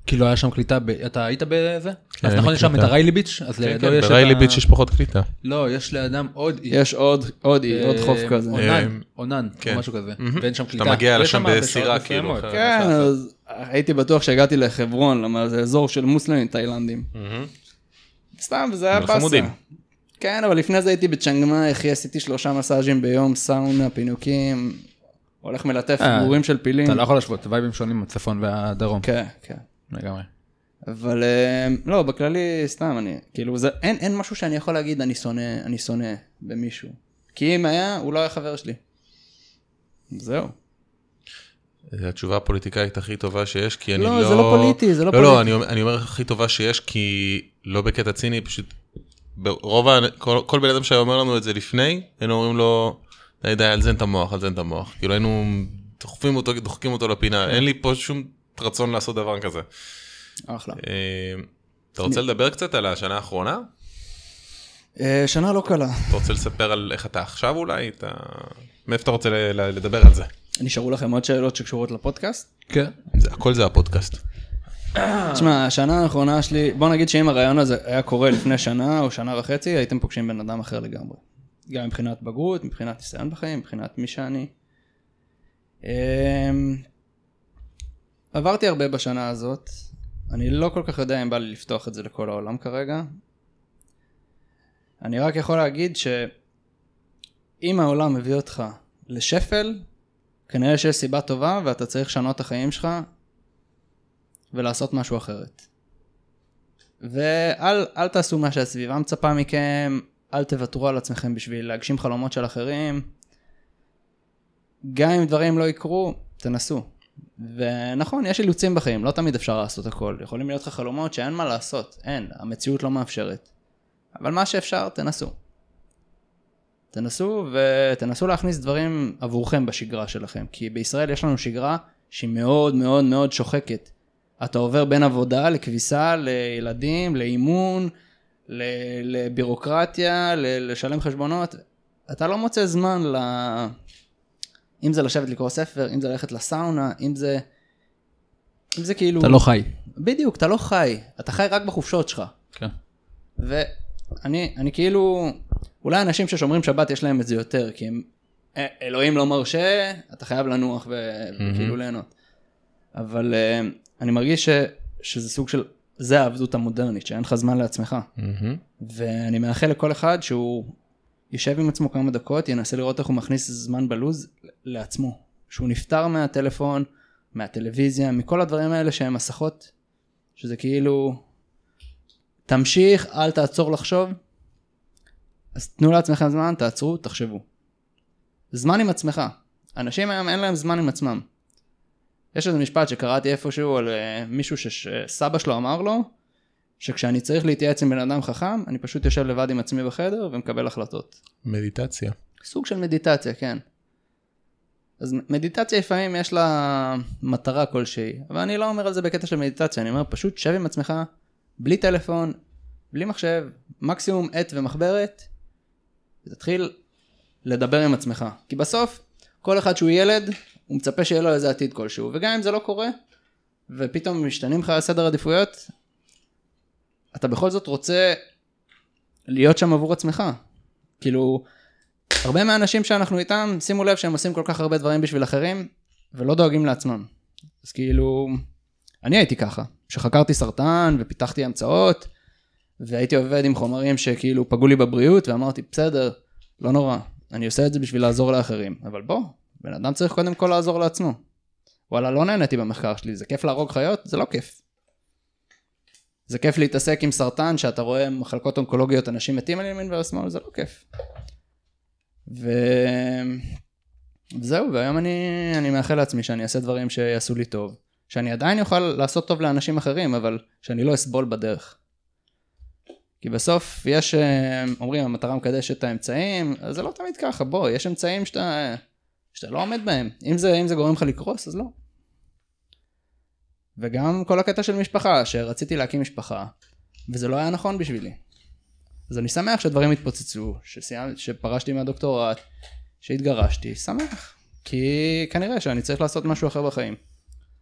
כי לא היה שם קליטה, ב... אתה היית בזה? כן, אז נכון, יש שם את הריילי ביץ', אז כן, לידו כן, יש את בריילי ה... ביץ' יש פחות קליטה. לא, יש לידם עוד אי. יש עוד, עוד אי, עוד חוף כזה. עונן, עונן, כן. או משהו כזה. מהמם. ואין שם קליטה. אתה מגיע יש לשם שם בסירה, בשעות כאילו, מסוימות. אחרת. כן, אז הייתי בטוח שהגעתי לחברון, למה זה אזור של מוסלמים תאילנדים. מהמם. סתם, זה היה לא באסה. חמודים. כן, אבל לפני זה הייתי בצ'נגמאי, אחי, עשיתי שלושה מסאז'ים ביום, סאונה, פינוקים, הולך מלטף אה, גורים של פילים. אתה לא יכול להשוות, וייבים שונים מהצפון והדרום. כן, כן. לגמרי. אבל אה, לא, בכללי, סתם, אני, כאילו, זה, אין, אין משהו שאני יכול להגיד, אני שונא, אני שונא במישהו. כי אם היה, הוא לא היה חבר שלי. זהו. זו התשובה הפוליטיקאית הכי טובה שיש, כי אני לא... לא, זה לא פוליטי, זה לא לא, פוליטי. לא, אני, אני אומר הכי טובה שיש, כי לא בקטע ציני, פשוט... ברוב, ה- כל, כל בן אדם שהיה אומר לנו את זה לפני, היינו אומרים לו, די, די, על זה אין את המוח, על זה אין את המוח. כאילו היינו דוחפים אותו, דוחקים אותו לפינה, אין לי פה שום רצון לעשות דבר כזה. אחלה. אה, אתה רוצה לדבר קצת על השנה האחרונה? אה, שנה לא קלה. אתה רוצה לספר על איך אתה עכשיו אולי? אתה... מאיפה אתה רוצה ל- ל- לדבר על זה? נשארו לכם עוד שאלות שקשורות לפודקאסט? כן. זה, הכל זה הפודקאסט. תשמע, השנה האחרונה שלי, בוא נגיד שאם הרעיון הזה היה קורה לפני שנה או שנה וחצי, הייתם פוגשים בן אדם אחר לגמרי. גם מבחינת בגרות, מבחינת ניסיון בחיים, מבחינת מי שאני. אמ, עברתי הרבה בשנה הזאת. אני לא כל כך יודע אם בא לי לפתוח את זה לכל העולם כרגע. אני רק יכול להגיד שאם העולם מביא אותך לשפל, כנראה שיש סיבה טובה ואתה צריך לשנות את החיים שלך ולעשות משהו אחרת. ואל אל תעשו מה שהסביבה מצפה מכם, אל תוותרו על עצמכם בשביל להגשים חלומות של אחרים. גם אם דברים לא יקרו, תנסו. ונכון, יש אילוצים בחיים, לא תמיד אפשר לעשות הכל. יכולים להיות לך חלומות שאין מה לעשות, אין, המציאות לא מאפשרת. אבל מה שאפשר, תנסו. תנסו ותנסו להכניס דברים עבורכם בשגרה שלכם, כי בישראל יש לנו שגרה שהיא מאוד מאוד מאוד שוחקת. אתה עובר בין עבודה לכביסה, לילדים, לאימון, לבירוקרטיה, לשלם חשבונות. אתה לא מוצא זמן ל... אם זה לשבת לקרוא ספר, אם זה ללכת לסאונה, אם זה... אם זה כאילו... אתה לא חי. בדיוק, אתה לא חי. אתה חי רק בחופשות שלך. כן. ואני אני כאילו... אולי אנשים ששומרים שבת יש להם את זה יותר, כי הם... אלוהים לא מרשה, אתה חייב לנוח וכאילו ליהנות. אבל uh, אני מרגיש ש, שזה סוג של, זה העבדות המודרנית, שאין לך זמן לעצמך. ואני מאחל לכל אחד שהוא יישב עם עצמו כמה דקות, ינסה לראות איך הוא מכניס זמן בלוז לעצמו. שהוא נפטר מהטלפון, מהטלוויזיה, מכל הדברים האלה שהם מסכות, שזה כאילו, תמשיך, אל תעצור לחשוב. אז תנו לעצמכם זמן, תעצרו, תחשבו. זמן עם עצמך. אנשים היום אין להם זמן עם עצמם. יש איזה משפט שקראתי איפשהו על uh, מישהו שסבא שלו אמר לו, שכשאני צריך להתייעץ עם בן אדם חכם, אני פשוט יושב לבד עם עצמי בחדר ומקבל החלטות. מדיטציה. סוג של מדיטציה, כן. אז מדיטציה לפעמים יש לה מטרה כלשהי, אבל אני לא אומר על זה בקטע של מדיטציה, אני אומר פשוט שב עם עצמך, בלי טלפון, בלי מחשב, מקסימום עט ומחברת, ותתחיל לדבר עם עצמך. כי בסוף, כל אחד שהוא ילד, הוא מצפה שיהיה לו איזה עתיד כלשהו, וגם אם זה לא קורה, ופתאום משתנים לך סדר עדיפויות, אתה בכל זאת רוצה להיות שם עבור עצמך. כאילו, הרבה מהאנשים שאנחנו איתם, שימו לב שהם עושים כל כך הרבה דברים בשביל אחרים, ולא דואגים לעצמם. אז כאילו, אני הייתי ככה, שחקרתי סרטן ופיתחתי המצאות, והייתי עובד עם חומרים שכאילו פגעו לי בבריאות, ואמרתי, בסדר, לא נורא, אני עושה את זה בשביל לעזור לאחרים. אבל בוא, בן אדם צריך קודם כל לעזור לעצמו. וואלה, לא נהניתי במחקר שלי, זה כיף להרוג חיות? זה לא כיף. זה כיף להתעסק עם סרטן, שאתה רואה מחלקות אונקולוגיות, אנשים מתים על ימין ועל שמאל, זה לא כיף. ו... וזהו, והיום אני, אני מאחל לעצמי שאני אעשה דברים שיעשו לי טוב, שאני עדיין יוכל לעשות טוב לאנשים אחרים, אבל שאני לא אסבול בדרך. כי בסוף יש, אומרים, המטרה מקדשת את האמצעים, אז זה לא תמיד ככה, בוא, יש אמצעים שאתה, שאתה לא עומד בהם. אם זה, אם זה גורם לך לקרוס, אז לא. וגם כל הקטע של משפחה, שרציתי להקים משפחה, וזה לא היה נכון בשבילי. אז אני שמח שדברים התפוצצו, שסיימת, שפרשתי מהדוקטורט, שהתגרשתי, שמח. כי כנראה שאני צריך לעשות משהו אחר בחיים.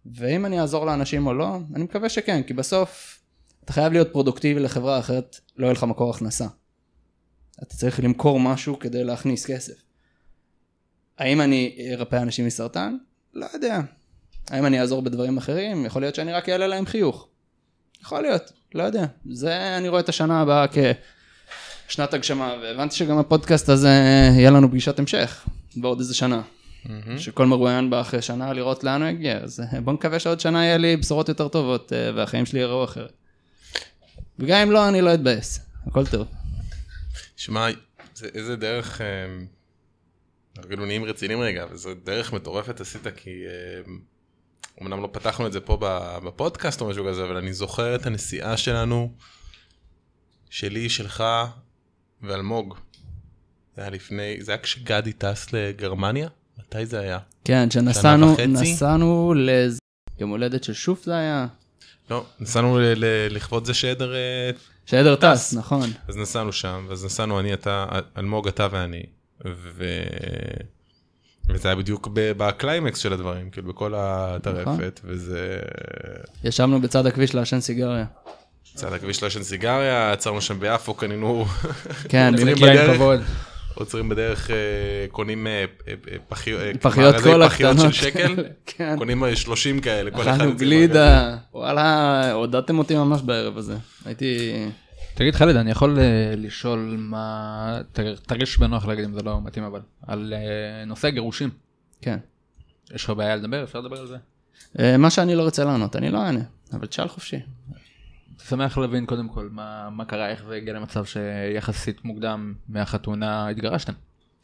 ואם אני אעזור לאנשים או לא, אני מקווה שכן, כי בסוף אתה חייב להיות פרודוקטיבי לחברה אחרת, לא יהיה לך מקור הכנסה. אתה צריך למכור משהו כדי להכניס כסף. האם אני ארפא אנשים מסרטן? לא יודע. האם אני אעזור בדברים אחרים? יכול להיות שאני רק אעלה להם חיוך. יכול להיות, לא יודע. זה אני רואה את השנה הבאה כשנת הגשמה, והבנתי שגם הפודקאסט הזה יהיה לנו פגישת המשך, בעוד איזה שנה. Mm-hmm. שכל מרואיין בא אחרי שנה לראות לאן הוא הגיע. אז בוא נקווה שעוד שנה יהיה לי בשורות יותר טובות, והחיים שלי יראו אחרת. וגם אם לא, אני לא אתבאס. הכל טוב. שמע, איזה דרך, כאילו נהיים רצינים רגע, וזו דרך מטורפת עשית, כי אמנם לא פתחנו את זה פה בפודקאסט או משהו כזה, אבל אני זוכר את הנסיעה שלנו, שלי, שלך ואלמוג. זה היה לפני, זה היה כשגדי טס לגרמניה? מתי זה היה? כן, שנסענו, נסענו ליום הולדת של שוף זה היה. לא, נסענו לכבוד זה שעדר... שעדר טס, נכון. אז נסענו שם, ואז נסענו אני, אתה, אלמוג, אתה ואני, ו... וזה היה בדיוק בקליימקס של הדברים, כאילו בכל הטרפת, וזה... ישבנו בצד הכביש לעשן סיגריה. בצד הכביש לעשן סיגריה, עצרנו שם ביפו, קנינו... כן, עוצרים בדרך, קונים פחיות קולה קטנות של שקל, קונים שלושים כאלה, כל אחד... אכלנו גלידה, וואלה, הודעתם אותי ממש בערב הזה. הייתי... תגיד חלד, אני יכול לשאול מה... תרגיש בנוח להגיד אם זה לא מתאים אבל, על נושא הגירושים. כן. יש לך בעיה לדבר? אפשר לדבר על זה? מה שאני לא רוצה לענות, אני לא אענה, אבל תשאל חופשי. שמח להבין קודם כל מה, מה קרה, איך זה הגיע למצב שיחסית מוקדם מהחתונה התגרשתם.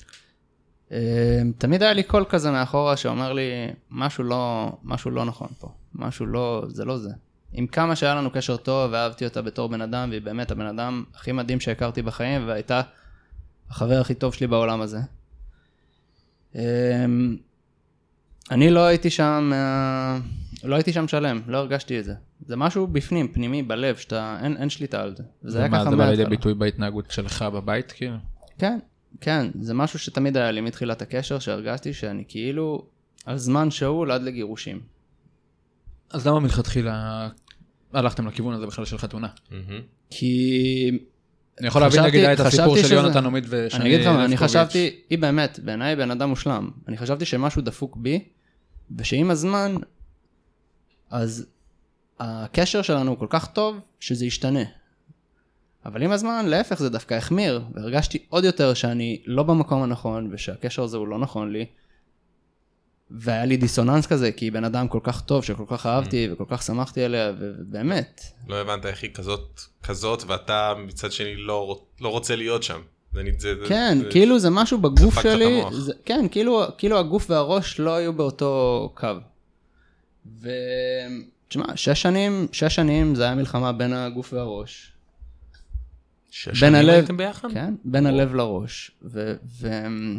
תמיד היה לי קול כזה מאחורה שאומר לי משהו לא, משהו לא נכון פה, משהו לא, זה לא זה. עם כמה שהיה לנו קשר טוב ואהבתי אותה בתור בן אדם, והיא באמת הבן אדם הכי מדהים שהכרתי בחיים, והייתה החבר הכי טוב שלי בעולם הזה. אני לא הייתי שם, לא הייתי שם שלם, לא הרגשתי את זה. זה משהו בפנים, פנימי, בלב, שאתה, אין, אין שליטה על זה. זה היה ככה מההתחלה. זה בא לידי ביטוי בהתנהגות שלך בבית, כאילו? כן, כן, זה משהו שתמיד היה לי מתחילת הקשר, שהרגשתי שאני כאילו על זמן שאול עד לגירושים. אז למה מלכתחילה הלכתם לכיוון הזה בכלל של חתונה? כי... אני יכול להבין נגיד את הסיפור של יונתן עומית ושני... אני אגיד לך, אני חשבתי, היא באמת, בעיניי בן אדם מושלם. אני חשבתי שמשהו דפוק בי, ושעם הזמן, אז הקשר שלנו הוא כל כך טוב, שזה ישתנה. אבל עם הזמן, להפך, זה דווקא החמיר, והרגשתי עוד יותר שאני לא במקום הנכון, ושהקשר הזה הוא לא נכון לי, והיה לי דיסוננס כזה, כי היא בן אדם כל כך טוב, שכל כך אהבתי, וכל כך שמחתי עליה, ובאמת. לא הבנת איך היא כזאת, כזאת, ואתה מצד שני לא, לא רוצה להיות שם. זה, זה, כן, זה, כאילו זה משהו בגוף שלי, זה, כן, כאילו, כאילו הגוף והראש לא היו באותו קו. ו... תשמע, שש שנים, שש שנים זה היה מלחמה בין הגוף והראש. שש שנים הלב, הייתם ביחד? כן, בין או. הלב לראש. ו... ו...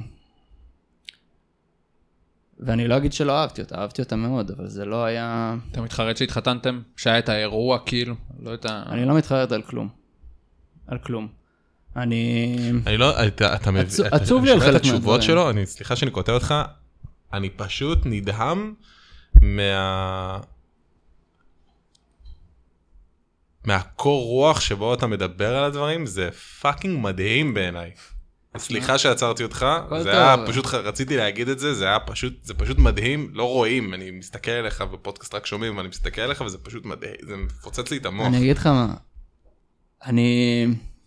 ואני לא אגיד שלא אהבתי אותה, אהבתי אותה מאוד, אבל זה לא היה... אתה מתחרט שהתחתנתם? שהיה את האירוע כאילו? לא את ה... אני לא מתחרט על כלום. על כלום. אני... אני לא... אתה, אתה מבין... עצוב, עצוב לי על חלק מהתשובות שלו, אני, סליחה שאני כותב אותך, אני פשוט נדהם מה... מהקור רוח שבו אתה מדבר על הדברים, זה פאקינג מדהים בעיניי. סליחה שעצרתי אותך, זה היה פשוט, רציתי להגיד את זה, זה היה פשוט, זה פשוט מדהים, לא רואים, אני מסתכל עליך בפודקאסט רק שומעים, ואני מסתכל עליך וזה פשוט מדהים, זה מפוצץ לי את המוח. אני אגיד לך מה, אני,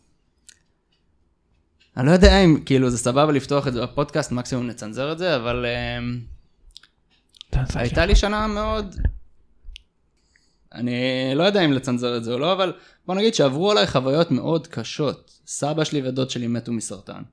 אני לא יודע אם, כאילו זה סבבה לפתוח את זה בפודקאסט, מקסימום נצנזר את זה, אבל הייתה לי שנה מאוד, אני לא יודע אם לצנזר את זה או לא, אבל בוא נגיד שעברו עליי חוויות מאוד קשות. סבא שלי ודוד שלי מתו מסרטן.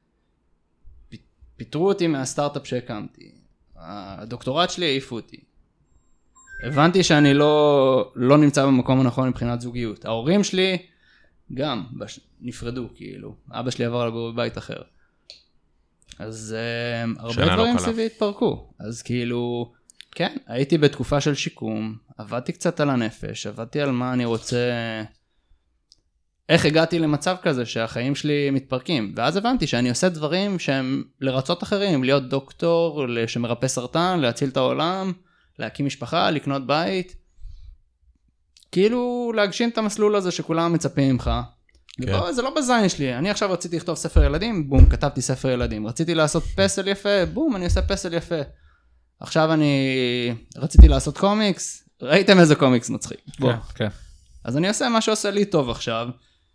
פיטרו אותי מהסטארט-אפ שהקמתי. הדוקטורט שלי העיפו אותי. הבנתי שאני לא, לא נמצא במקום הנכון מבחינת זוגיות. ההורים שלי גם בש... נפרדו, כאילו. אבא שלי עבר לגור בבית אחר. אז uh, הרבה דברים סביבי התפרקו. אז כאילו... כן, הייתי בתקופה של שיקום, עבדתי קצת על הנפש, עבדתי על מה אני רוצה, איך הגעתי למצב כזה שהחיים שלי מתפרקים, ואז הבנתי שאני עושה דברים שהם לרצות אחרים, להיות דוקטור, שמרפא סרטן, להציל את העולם, להקים משפחה, לקנות בית, כאילו להגשים את המסלול הזה שכולם מצפים ממך. כן. ובוא, זה לא בזין שלי, אני עכשיו רציתי לכתוב ספר ילדים, בום, כתבתי ספר ילדים, רציתי לעשות פסל יפה, בום, אני עושה פסל יפה. עכשיו אני רציתי לעשות קומיקס, ראיתם איזה קומיקס מצחיק. בוא. כן, כן. אז אני עושה מה שעושה לי טוב עכשיו,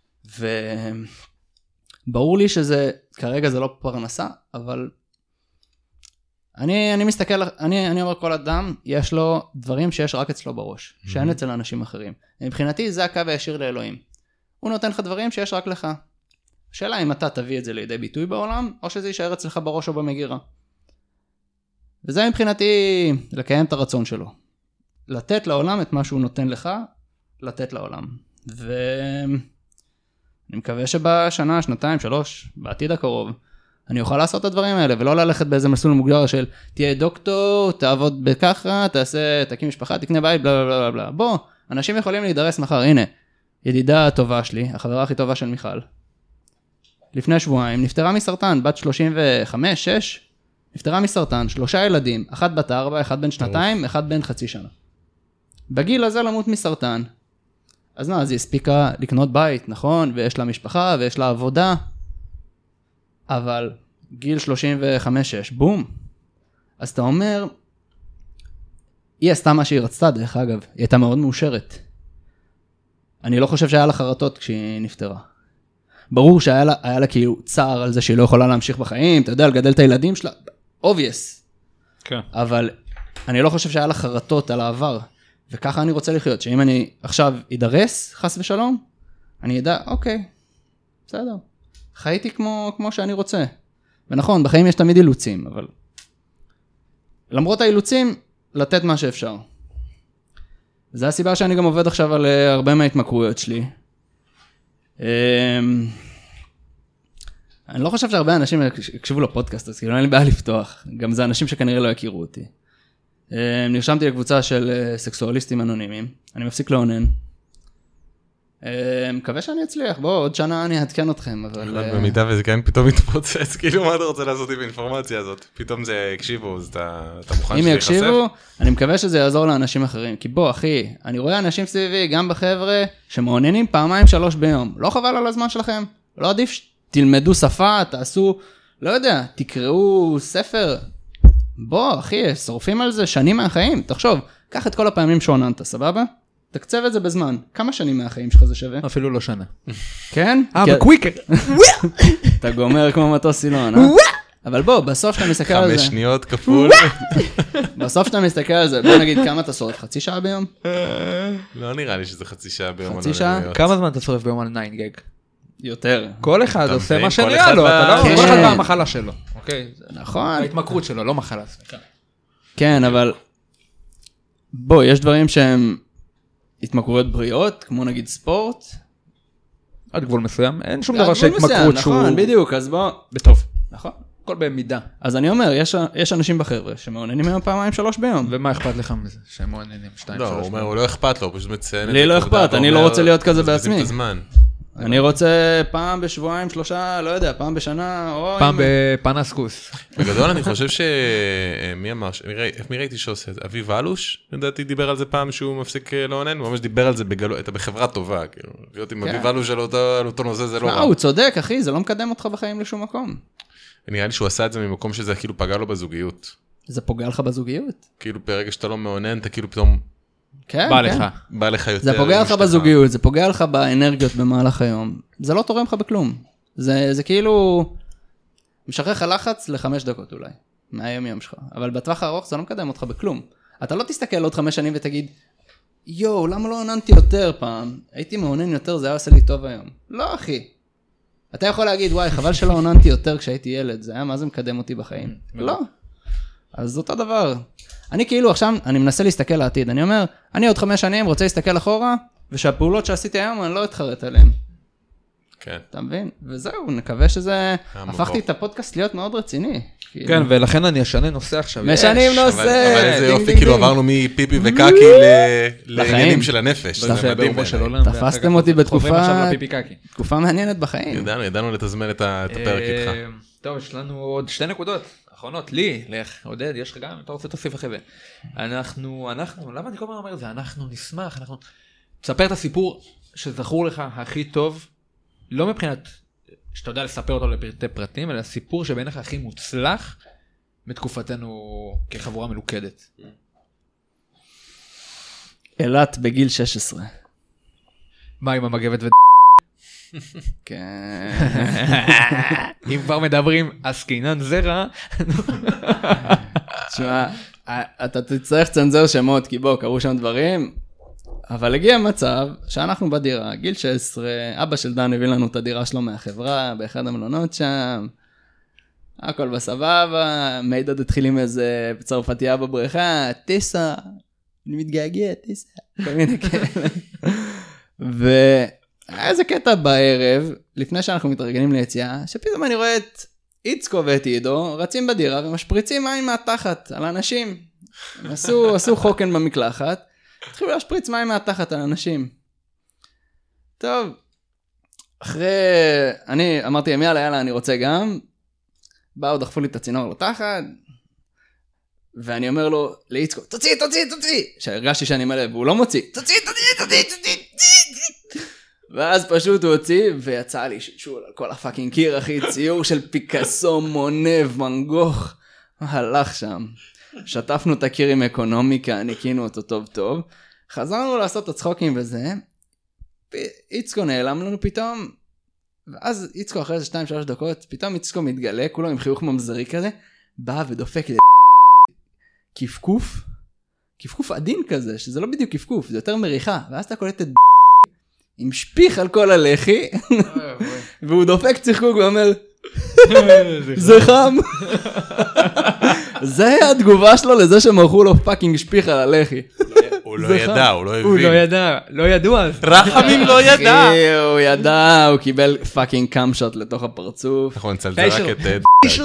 וברור לי שזה, כרגע זה לא פרנסה, אבל אני, אני מסתכל, אני, אני אומר כל אדם, יש לו דברים שיש רק אצלו בראש, שאין אצל אנשים אחרים. מבחינתי זה הקו הישיר לאלוהים. הוא נותן לך דברים שיש רק לך. השאלה אם אתה תביא את זה לידי ביטוי בעולם, או שזה יישאר אצלך בראש או במגירה. וזה מבחינתי לקיים את הרצון שלו. לתת לעולם את מה שהוא נותן לך, לתת לעולם. ואני מקווה שבשנה, שנתיים, שלוש, בעתיד הקרוב, אני אוכל לעשות את הדברים האלה, ולא ללכת באיזה מסלול מוגדר של תהיה דוקטור, תעבוד בככה, תעשה, תקים משפחה, תקנה בית, בלה בלה בלה בלה. בוא, אנשים יכולים להידרס מחר, הנה, ידידה הטובה שלי, החברה הכי טובה של מיכל, לפני שבועיים, נפטרה מסרטן, בת שלושים וחמש, שש, נפטרה מסרטן, שלושה ילדים, אחד בת ארבע, אחד בן שנתיים, אחד בן חצי שנה. בגיל הזה למות מסרטן. אז מה, אז היא הספיקה לקנות בית, נכון? ויש לה משפחה, ויש לה עבודה. אבל גיל שלושים וחמש שש, בום. אז אתה אומר, היא עשתה מה שהיא רצתה, דרך אגב. היא הייתה מאוד מאושרת. אני לא חושב שהיה לה חרטות כשהיא נפטרה. ברור שהיה לה, היה לה כאילו צער על זה שהיא לא יכולה להמשיך בחיים, אתה יודע, לגדל את הילדים שלה, obvious. כן. אבל אני לא חושב שהיה לה חרטות על העבר. וככה אני רוצה לחיות, שאם אני עכשיו אדרס, חס ושלום, אני אדע, אוקיי, בסדר. חייתי כמו, כמו שאני רוצה. ונכון, בחיים יש תמיד אילוצים, אבל למרות האילוצים, לתת מה שאפשר. זו הסיבה שאני גם עובד עכשיו על הרבה מההתמכרויות שלי. אני לא חושב שהרבה אנשים יקשיבו לפודקאסט, אז כאילו אין לי בעיה לפתוח. גם זה אנשים שכנראה לא יכירו אותי. נרשמתי לקבוצה של סקסואליסטים אנונימיים. אני מפסיק לעונן. מקווה שאני אצליח, בוא, עוד שנה אני אעדכן אתכם, אבל... במידה וזה כן פתאום מתפוצץ, כאילו מה אתה רוצה לעשות עם האינפורמציה הזאת? פתאום זה יקשיבו, אז אתה מוכן אם שזה ייחשף? יקשיבו, אני מקווה שזה יעזור לאנשים אחרים, כי בוא, אחי, אני רואה אנשים סביבי, גם בחבר'ה, שמעוניינים פעמיים שלוש ביום. לא חבל על הזמן שלכם? לא עדיף שתלמדו שפה, תעשו, לא יודע, תקראו ספר. בוא, אחי, שורפים על זה שנים מהחיים. תחשוב, קח את כל הפעמים שעוננת, סבבה? תקצב את זה בזמן. כמה שנים מהחיים שלך זה שווה? אפילו לא שנה. כן? אה, בקוויקר. אתה גומר כמו מטוס סילון, אה? אבל בוא, בסוף שאתה מסתכל על זה... חמש שניות כפול. בסוף שאתה מסתכל על זה, בוא נגיד כמה אתה שורף, חצי שעה ביום? לא נראה לי שזה חצי שעה ביום. חצי שעה? כמה זמן אתה שורף ביום על ניין גג? יותר. כל אחד עושה מבין, מה כל שנראה אחד לו, ב- אתה לא... כן. כל אחד במחלה שלו, אוקיי? נכון. ההתמכרות שלו, לא מחלה. כן, אבל... בוא, יש דברים שהם התמכרויות בריאות, כמו נגיד ספורט. עד גבול מסוים, אין שום עד דבר גבול שהתמכרות מסוים, שהוא... נכון, בדיוק, אז בוא... בטוב. נכון. הכל במידה. אז אני אומר, יש, יש אנשים בחבר'ה שמעוניינים היום פעמיים שלוש ביום. ומה אכפת לך מזה? שהם מעוניינים שתיים, לא, הוא שלוש. אומר, הוא לא אכפת לו, הוא פשוט מציין את לי זה לא כעובדה, אכפת, אני ואומר, לא רוצה להיות כזה מבזבזים בעצמי. את הזמן. אני רוצה פעם בשבועיים, שלושה, לא יודע, פעם בשנה, או... פעם אם- בפנס כוס. בגדול אני חושב ש... מי אמר? ש- מי ראי- מי ראיתי שעושה את זה? אביב אלוש, לדעתי דיבר על זה פעם שהוא מפסיק לעונן, הוא ממש דיבר על זה בגלוי, אתה בחברה טובה, כאילו, להיות עם כן. אביב אלוש על אותו על אותו נושא זה לא מה, רע. הוא צודק, אחי, זה לא מקדם אותך בחיים לשום מקום. נראה לי שהוא עשה את זה ממקום שזה כאילו פגע לו בזוגיות. זה פוגע לך בזוגיות. כאילו ברגע שאתה לא מעונן, אתה כאילו פתאום כן, בא כן. לך. בא לך יותר... זה פוגע עם לך אשתך. בזוגיות, זה פוגע לך באנרגיות במהלך היום. זה לא תורם לך בכלום. זה, זה כאילו... משחרר לך לחץ לחמש דקות אולי, מהיום יום שלך. אבל בטווח הארוך זה לא מקדם אותך בכלום. אתה לא תסתכל עוד חמש שנים ותגיד, יואו, למה לא עוננתי יותר פעם? הייתי מעונן יותר, זה היה עושה לי טוב היום. לא, אחי. אתה יכול להגיד, וואי, חבל שלא עוננתי יותר כשהייתי ילד, זה היה מה זה מקדם אותי בחיים. לא. אז זה אותו דבר. אני כאילו עכשיו, אני מנסה להסתכל לעתיד, אני אומר, אני עוד חמש שנים רוצה להסתכל אחורה, ושהפעולות שעשיתי היום אני לא אתחרט עליהן. כן. אתה מבין? וזהו, נקווה שזה... המבוא. הפכתי את הפודקאסט להיות מאוד רציני. כאילו. כן, ולכן אני אשנה נושא עכשיו. משנים יש. נושא. אבל אבל איזה דינג, יופי, דינג, כאילו דינג. עברנו מפיפי וקקי ל- לעניינים של הנפש. לא, זה זה מדהים ברומו של בעיניי. עולם. תפסתם ואחר כך אותי בתקופה- חוברים עכשיו לפיפי קקי. תקופה מעניינת בחיים. ידענו, ידענו לתזמן את ה- את הפרק איתך. אה, טוב, יש לנו עוד שתי נקודות. אחרונות, לי, לך, עודד, יש לך גם, אתה רוצה תוסיף אחרי זה. אנחנו, אנחנו, למה אני כל הזמן אומר את זה? אנחנו נשמח, אנחנו... תספר את הסיפור שזכור לך הכי טוב, לא מבחינת שאתה יודע לספר אותו לפרטי פרטים, אלא סיפור שבעיניך הכי מוצלח מתקופתנו כחבורה מלוכדת. אילת בגיל שש עשרה. מה עם המגבת ו... כן. אם כבר מדברים, עסקינן זרע. תשמע, אתה תצטרך צנזר שמות, כי בוא, קראו שם דברים, אבל הגיע מצב שאנחנו בדירה, גיל שש עשרה, אבא של דן הביא לנו את הדירה שלו מהחברה, באחד המלונות שם, הכל בסבבה, מידד התחיל עם איזה צרפתייה בבריכה, טיסה, אני מתגעגע, טיסה, כל מיני כאלה. והיה איזה קטע בערב, לפני שאנחנו מתרגלים ליציאה, שפתאום אני רואה את איצקו ואת עידו, רצים בדירה ומשפריצים מים מהתחת על אנשים. הם עשו, עשו חוקן במקלחת, התחילו להשפריץ מים מהתחת על אנשים. טוב, אחרי, אני אמרתי להם יאללה יאללה אני רוצה גם, באו דחפו לי את הצינור לתחת, ואני אומר לו לאיצקו, תוציא, תוציא, תוציא, שהרגשתי שאני מלא, והוא לא מוציא, תוציא, תוציא, תוציא, תוציא, ואז פשוט הוא הוציא, ויצא לי שול על כל הפאקינג קיר, אחי, ציור של פיקאסו, מונה, ואן גוך, הלך שם. שטפנו את הקיר עם אקונומיקה, ניקינו אותו טוב טוב, חזרנו לעשות את הצחוקים וזה, איצקו נעלם לנו פתאום, ואז איצקו אחרי איזה שתיים שלוש דקות, פתאום איצקו מתגלה, כולו עם חיוך ממזרי כזה, בא ודופק כפקוף, כפקוף עדין כזה, שזה לא בדיוק כפקוף, זה יותר מריחה, ואז אתה קולט את עם שפיך על כל הלחי, והוא דופק צחקוק ואומר, זה חם. זה היה התגובה שלו לזה שמרחו לו פאקינג שפיך על הלחי. הוא לא ידע, הוא לא הבין. הוא לא ידע, לא ידעו אז. רחמים לא ידע. הוא ידע, הוא קיבל פאקינג קאמשוט לתוך הפרצוף. נכון, צלצל רק את...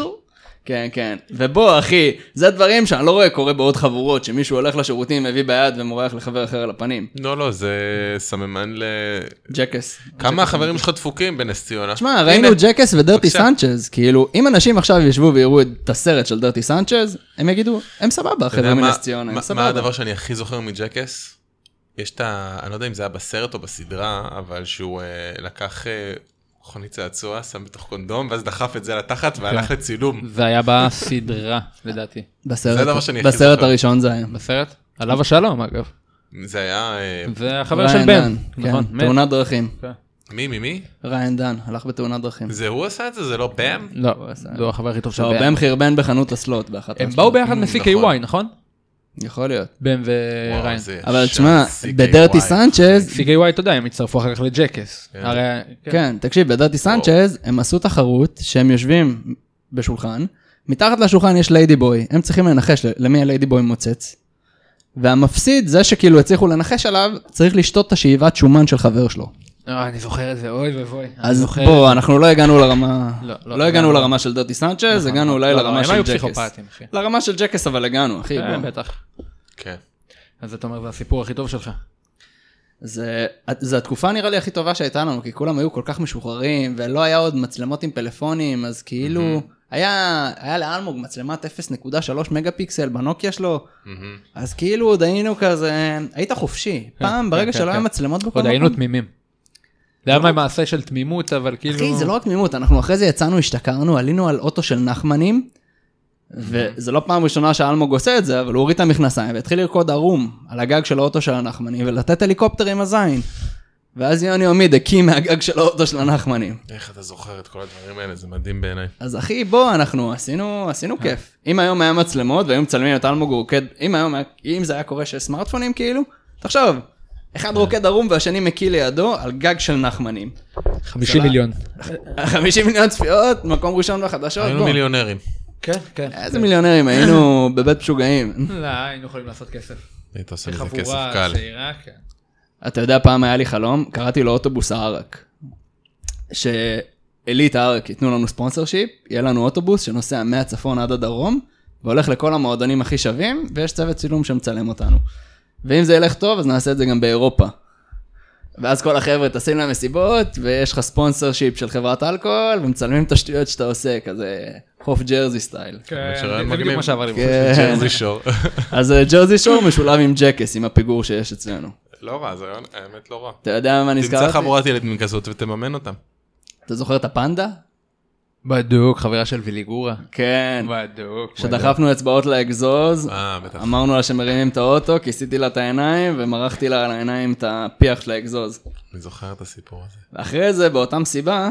כן, כן. ובוא, אחי, זה דברים שאני לא רואה קורה בעוד חבורות, שמישהו הולך לשירותים, מביא ביד ומורח לחבר אחר על הפנים. לא, לא, זה סממן ל... ג'קס. כמה החברים שלך דפוקים בנס ציונה? תשמע, ראינו ג'קס ודרטי סנצ'ז, כאילו, אם אנשים עכשיו ישבו ויראו את הסרט של דרטי סנצ'ז, הם יגידו, הם סבבה, חבר'ה מנס ציונה, הם סבבה. מה הדבר שאני הכי זוכר מג'קס? יש את ה... אני לא יודע אם זה היה בסרט או בסדרה, אבל שהוא לקח... מכונית צעצוע, שם בתוך קונדום, ואז דחף את זה לתחת והלך לצילום. זה היה בסדרה, לדעתי. בסרט הראשון זה היה. בסרט? עליו השלום, אגב. זה היה... זה החבר של בן. נכון. תאונת דרכים. מי, מי, מי? ריין דן, הלך בתאונת דרכים. זה הוא עשה את זה? זה לא בם? לא, זה החבר הכי טוב של בם. בם חרבן בחנות הסלוט. הם באו ביחד מ-סי קיי וואי, נכון? יכול להיות. בם וריין. אבל תשמע, בדרטי סנצ'ז... סי קיי וואי, אתה יודע, הם הצטרפו אחר כך לג'קס. כן, תקשיב, בדרטי סנצ'ז, הם עשו תחרות שהם יושבים בשולחן, מתחת לשולחן יש ליידי בוי, הם צריכים לנחש למי הליידי בוי מוצץ, והמפסיד, זה שכאילו הצליחו לנחש עליו, צריך לשתות את השאיבת שומן של חבר שלו. אני זוכר את זה, אוי ובוי. אז בוא, אנחנו לא הגענו לרמה, לא הגענו לרמה של דרטי סנצ'ז, הגענו אולי לרמה של ג'קס. לרמה של ג'קס אבל הגענו, אחי. בטח. כן. אז אתה אומר, זה הסיפור הכי טוב שלך. זה, זה התקופה נראה לי הכי טובה שהייתה לנו, כי כולם היו כל כך משוחררים, ולא היה עוד מצלמות עם פלאפונים, אז כאילו, היה, היה לאלמוג מצלמת אפס נקודה שלוש מגה פיקסל בנוקיה שלו, אז כאילו עוד היינו כזה, היית חופשי. פעם, ברגע שלא היה מצלמות בכל עוד היינו תמימים. זה היה מעשה של תמימות, אבל כאילו... אחי, זה לא רק תמימות, אנחנו אחרי זה יצאנו, השתכרנו, עלינו על אוטו של נחמנים, וזה לא פעם ראשונה שאלמוג עושה את זה, אבל הוא הוריד את המכנסיים והתחיל לרקוד ערום על הגג של האוטו של הנחמנים, ולתת הליקופטר עם הזין. ואז יוני עמיד הקים מהגג של האוטו של הנחמנים. איך אתה זוכר את כל הדברים האלה, זה מדהים בעיניי. אז אחי, בוא, אנחנו עשינו, עשינו כיף. אם היום היה מצלמות, והיום מצלמים את אלמוג רוקד, אם היום, אם זה היה קורה של סמארטפונים כאילו, תחשוב, אחד רוקד ערום והשני מקיא לידו על גג של נחמנים. חמישים מיליון. חמישים מיליון צפיות, מקום ראשון בחדשות. היינו מיליונרים. כן, כן. איזה מיליונרים, היינו בבית פשוגעים. לא, היינו יכולים לעשות כסף. היית עושה מזה כסף קל. צעירה, כן. אתה יודע, פעם היה לי חלום, קראתי לו אוטובוס הערק. שאליט הערק ייתנו לנו ספונסר שיפ, יהיה לנו אוטובוס שנוסע מהצפון עד הדרום, והולך לכל המועדונים הכי שווים, ויש צוות צילום שמצלם אותנו. ואם זה ילך טוב, אז נעשה את זה גם באירופה. ואז כל החבר'ה טסים למסיבות, ויש לך ספונסר שיפ של חברת אלכוהול, ומצלמים את השטויות שאתה עושה, כזה חוף ג'רזי סטייל. כן, זה בדיוק מה שעבר לי. ג'רזי שור. אז ג'רזי שור משולב עם ג'קס, עם הפיגור שיש אצלנו. לא רע, זה האמת לא רע. אתה יודע מה נזכרתי? תמצא חבורת ילדים כזאת ותממן אותם. אתה זוכר את הפנדה? בדוק, חברה של ויליגורה. כן. בדוק. שדחפנו אצבעות לאגזוז, אה, בטח. אמרנו לה שמרימים את האוטו, כיסיתי לה את העיניים, ומרחתי לה על העיניים את הפיח של האגזוז. אני זוכר את הסיפור הזה. ואחרי זה, באותה סיבה,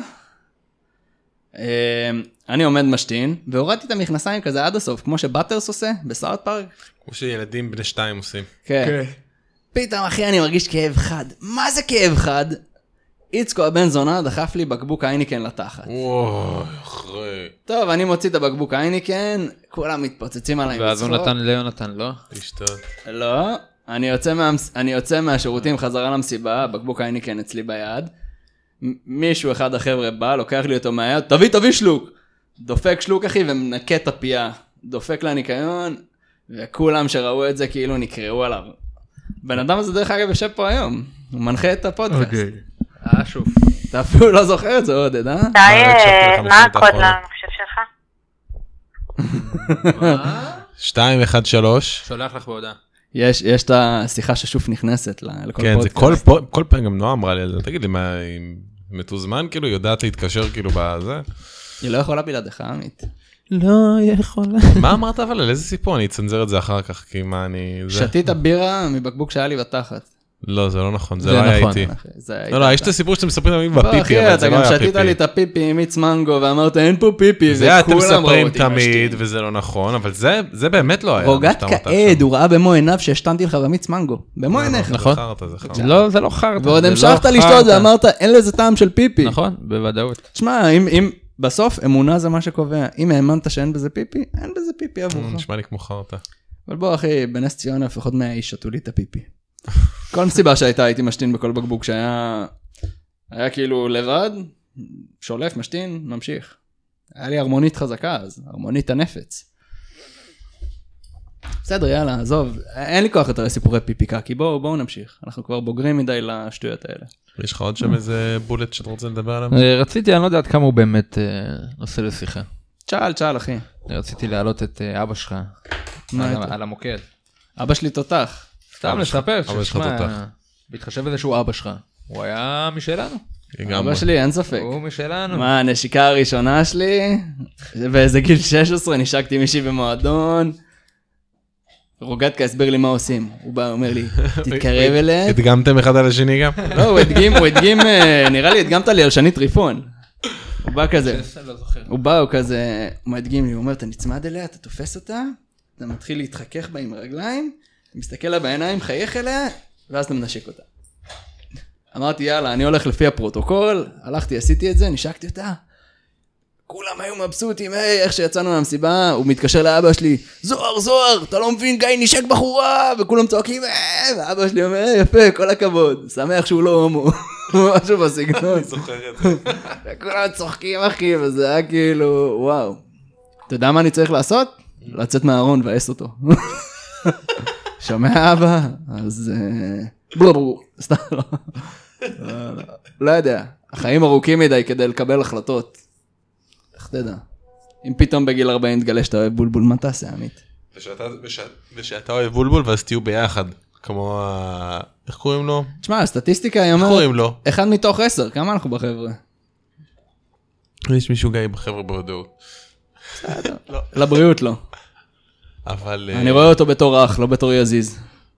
אני עומד משתין, והורדתי את המכנסיים כזה עד הסוף, כמו שבאטרס עושה, בסאוט פארק. כמו שילדים בני שתיים עושים. כן. פתאום אחי אני מרגיש כאב חד. מה זה כאב חד? איצקו הבן זונה דחף לי בקבוק אייניקן לתחת. וואו, אחרי. טוב, אני מוציא את הבקבוק אייניקן, כולם מתפוצצים עליי מצחוק. ואז הוא נתן ליונתן, לא? תשתות. לא, אני יוצא, מה, אני יוצא מהשירותים חזרה למסיבה, בקבוק אייניקן אצלי ביד. מישהו אחד החבר'ה בא, לוקח לי אותו מהיד, תביא, תביא שלוק. דופק שלוק אחי ומנקה את הפייה. דופק לניקיון, וכולם שראו את זה כאילו נקראו עליו. בן אדם הזה דרך אגב יושב פה היום, הוא מנחה את הפודקאסט. אוקיי. אה, שוב. אתה אפילו לא זוכר את זה עוד, אה? די, מה הקוד למחשב שלך? שתיים אחת שלוש. שולח לך בהודעה. יש, יש את השיחה ששוף נכנסת לכל כן, זה פודקאסט. כל, כל פעם גם נועה אמרה לי על זה, תגיד לי, מה, היא מתוזמן כאילו, יודעת להתקשר כאילו בזה? היא לא יכולה בלעדיך, עמית. לא יכולה. מה אמרת אבל? על איזה סיפור? אני אצנזר את זה אחר כך, כי מה אני... שתית בירה מבקבוק שהיה לי בתחת. לא, זה לא נכון, זה זה לא היה נכון. איתי. זה לא, לא, יש את הסיפור שאתם מספרים תמיד לא, בפיפי, אחי, אבל אתה זה לא גם היה שתית לי פיפי. את הפיפי עם מיץ מנגו, ואמרת אין פה פיפי, זה אתם וכולם ראו מספרים אותי תמיד, משתין. וזה לא נכון, אבל זה זה באמת לא היה. רוגת כעד, הוא ראה במו עיניו שהשתנתי לך במיץ מנגו. במו עיניך. נכון. נכון. זה לא חרטה. ועוד זה לא המשכת לשתות חרטא. ואמרת אין לזה טעם של פיפי. נכון, בוודאות. תשמע, אם, אם בסוף אמונה זה מה שקובע, אם האמנת שאין בזה פיפי, אין בזה פיפי עבורך. נשמע לי כמו חרטה. אבל בוא אחי, בנס ציונה לפחות מאה איש שתו לי את הפיפי. כל מסיבה שהייתה הייתי משתין בכל בקבוק שהיה, היה כאילו לבד, שולף, משתין, ממשיך. היה לי הרמונית חזקה אז, הרמונית הנפץ. בסדר, יאללה, עזוב, אין לי כוח יותר לסיפורי פיפי קקי, בואו, בואו נמשיך. אנחנו כבר בוגרים מדי לשטויות האלה. יש לך עוד שם איזה בולט שאתה רוצה לדבר עליו? רציתי, אני לא יודע עד כמה הוא באמת נושא לשיחה. תשאל, תשאל אחי. אני רציתי להעלות את אבא שלך מה על- איתו? על המוקד. אבא שלי תותח. סתם אבא שלך- לספר, אבא שלך שתשמע, תותח. בהתחשב בזה שהוא אבא שלך. הוא היה משלנו. לגמרי. אבא שלי, אין ספק. הוא משלנו. מה, הנשיקה הראשונה שלי, באיזה גיל שש עשרה נשקתי מישהי במועדון, רוגטקה הסביר לי מה עושים, הוא בא, אומר לי, תתקרב אליה, הדגמתם אחד על השני גם? לא, הוא הדגים, הוא הדגים, אה, נראה לי הדגמת לי על שני טריפון, הוא בא כזה, לא זוכר. הוא בא, הוא כזה, הוא מדגים לי, הוא אומר, אתה נצמד אליה, אתה תופס אותה, אתה מתחיל להתחכך בה עם רגליים, מסתכל לה בעיניים, חייך אליה, ואז אתה מנשק אותה. אמרתי, יאללה, אני הולך לפי הפרוטוקול, הלכתי, עשיתי את זה, נשקתי אותה. כולם היו מבסוטים, היי, איך שיצאנו מהמסיבה, הוא מתקשר לאבא שלי, זוהר, זוהר, אתה לא מבין, גיא נשק בחורה, וכולם צועקים, אה, ואבא שלי אומר, יפה, כל הכבוד, שמח שהוא לא הומו, משהו בסגנון. אני זוכר את זה. וכולם צוחקים, אחי, וזה היה כאילו, וואו. אתה יודע מה אני צריך לעשות? לצאת מהארון ועש אותו. שומע אבא? אז... בלו בלו, סתם לא. לא יודע, החיים ארוכים מדי כדי לקבל החלטות. איך תדע? אם פתאום בגיל ארבעים תגלה שאתה אוהב בולבול, מה תעשה, עמית? ושאתה- וש- ושאתה אוהב בולבול ואז תהיו ביחד. כמו ה... איך קוראים לו? תשמע, הסטטיסטיקה היא איך אומרת, קוראים לו? אחד מתוך עשר, כמה אנחנו בחבר'ה? יש מישהו גאי בחבר'ה בוודאות. לבריאות לא. אבל... אני רואה אותו בתור אח, לא בתור יזיז.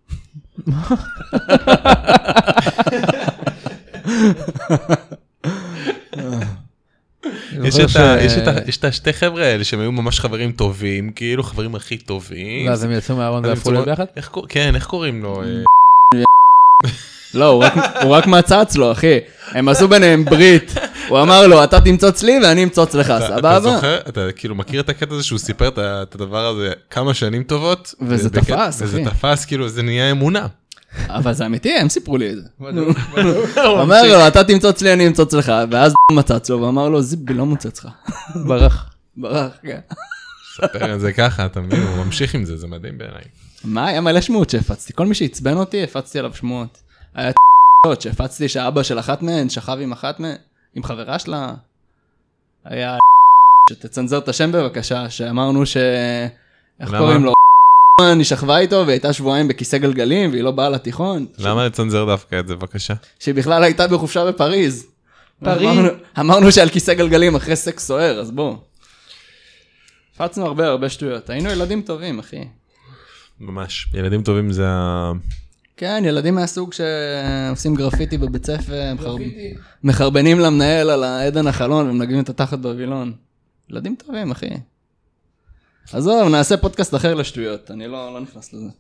יש את ה- יש את ה- יש את השתי חבר'ה האלה שהם היו ממש חברים טובים, כאילו חברים הכי טובים. ואז הם יצאו מהארון אז הם והפכו להיות צורו- ביחד? איך קור- כן, איך קוראים לו? אה, לא, הוא רק- הוא רק מצץ לו, אחי. הם עשו ביניהם ברית. הוא אמר לו, אתה תמצוץ לי ואני אמצוץ לך, אתה- אתה סבבה? זוכר? אתה כאילו מכיר את הקטע הזה שהוא סיפר את ה- את הדבר הזה כמה שנים טובות? וזה ובקטע- תפס, וזה אחי. תפס, כאילו זה נהיה אמונה. אבל זה אמיתי, הם סיפרו לי את זה. הוא אומר לו, אתה תמצוץ לי, אני אמצוץ לך, ואז מצץ לו, ואמר לו, זיבי, לא מוצץ לך. ברח. ברח, כן. ספר את זה ככה, אתה מבין? הוא ממשיך עם זה, זה מדהים בעיניי. מה, היה מלא שמועות שהפצתי. כל מי שעצבן אותי, הפצתי עליו שמועות. היה שהפצתי שהאבא של אחת מהן שכב עם אחת מהן, עם חברה שלה, היה שתצנזר את השם בבקשה, שאמרנו ש... איך קוראים לו? אני שכבה איתו והיא הייתה שבועיים בכיסא גלגלים והיא לא באה לתיכון. למה לצנזר דווקא את זה, בבקשה? שהיא בכלל הייתה בחופשה בפריז. פריז? אמרנו, אמרנו שעל כיסא גלגלים אחרי סקס סוער, אז בוא. הפצנו הרבה הרבה שטויות. היינו ילדים טובים, אחי. ממש. ילדים טובים זה ה... כן, ילדים מהסוג שעושים גרפיטי בבית ספר, מחרבנים למנהל על העדן החלון ומנגבים את התחת בווילון. ילדים טובים, אחי. עזוב, נעשה פודקאסט אחר לשטויות, אני לא, לא נכנס לזה.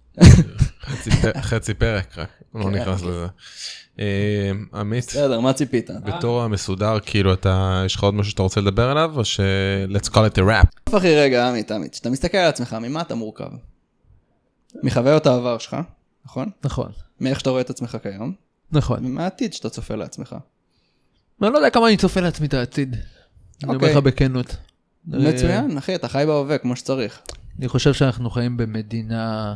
חצי פרק רק, לא נכנס לזה. עמית, בסדר, מה ציפית? בתור המסודר, כאילו אתה, יש לך עוד משהו שאתה רוצה לדבר עליו, או ש... let's call it a wrap. אחי רגע, עמית, עמית, שאתה מסתכל על עצמך, ממה אתה מורכב? מחוויות העבר שלך, נכון? נכון. מאיך שאתה רואה את עצמך כיום? נכון. ומהעתיד שאתה צופה לעצמך. אני לא יודע כמה אני צופה לעצמי את העתיד. אני אומר לך בכנות. מצוין, אחי, אתה חי בהווה כמו שצריך. אני חושב שאנחנו חיים במדינה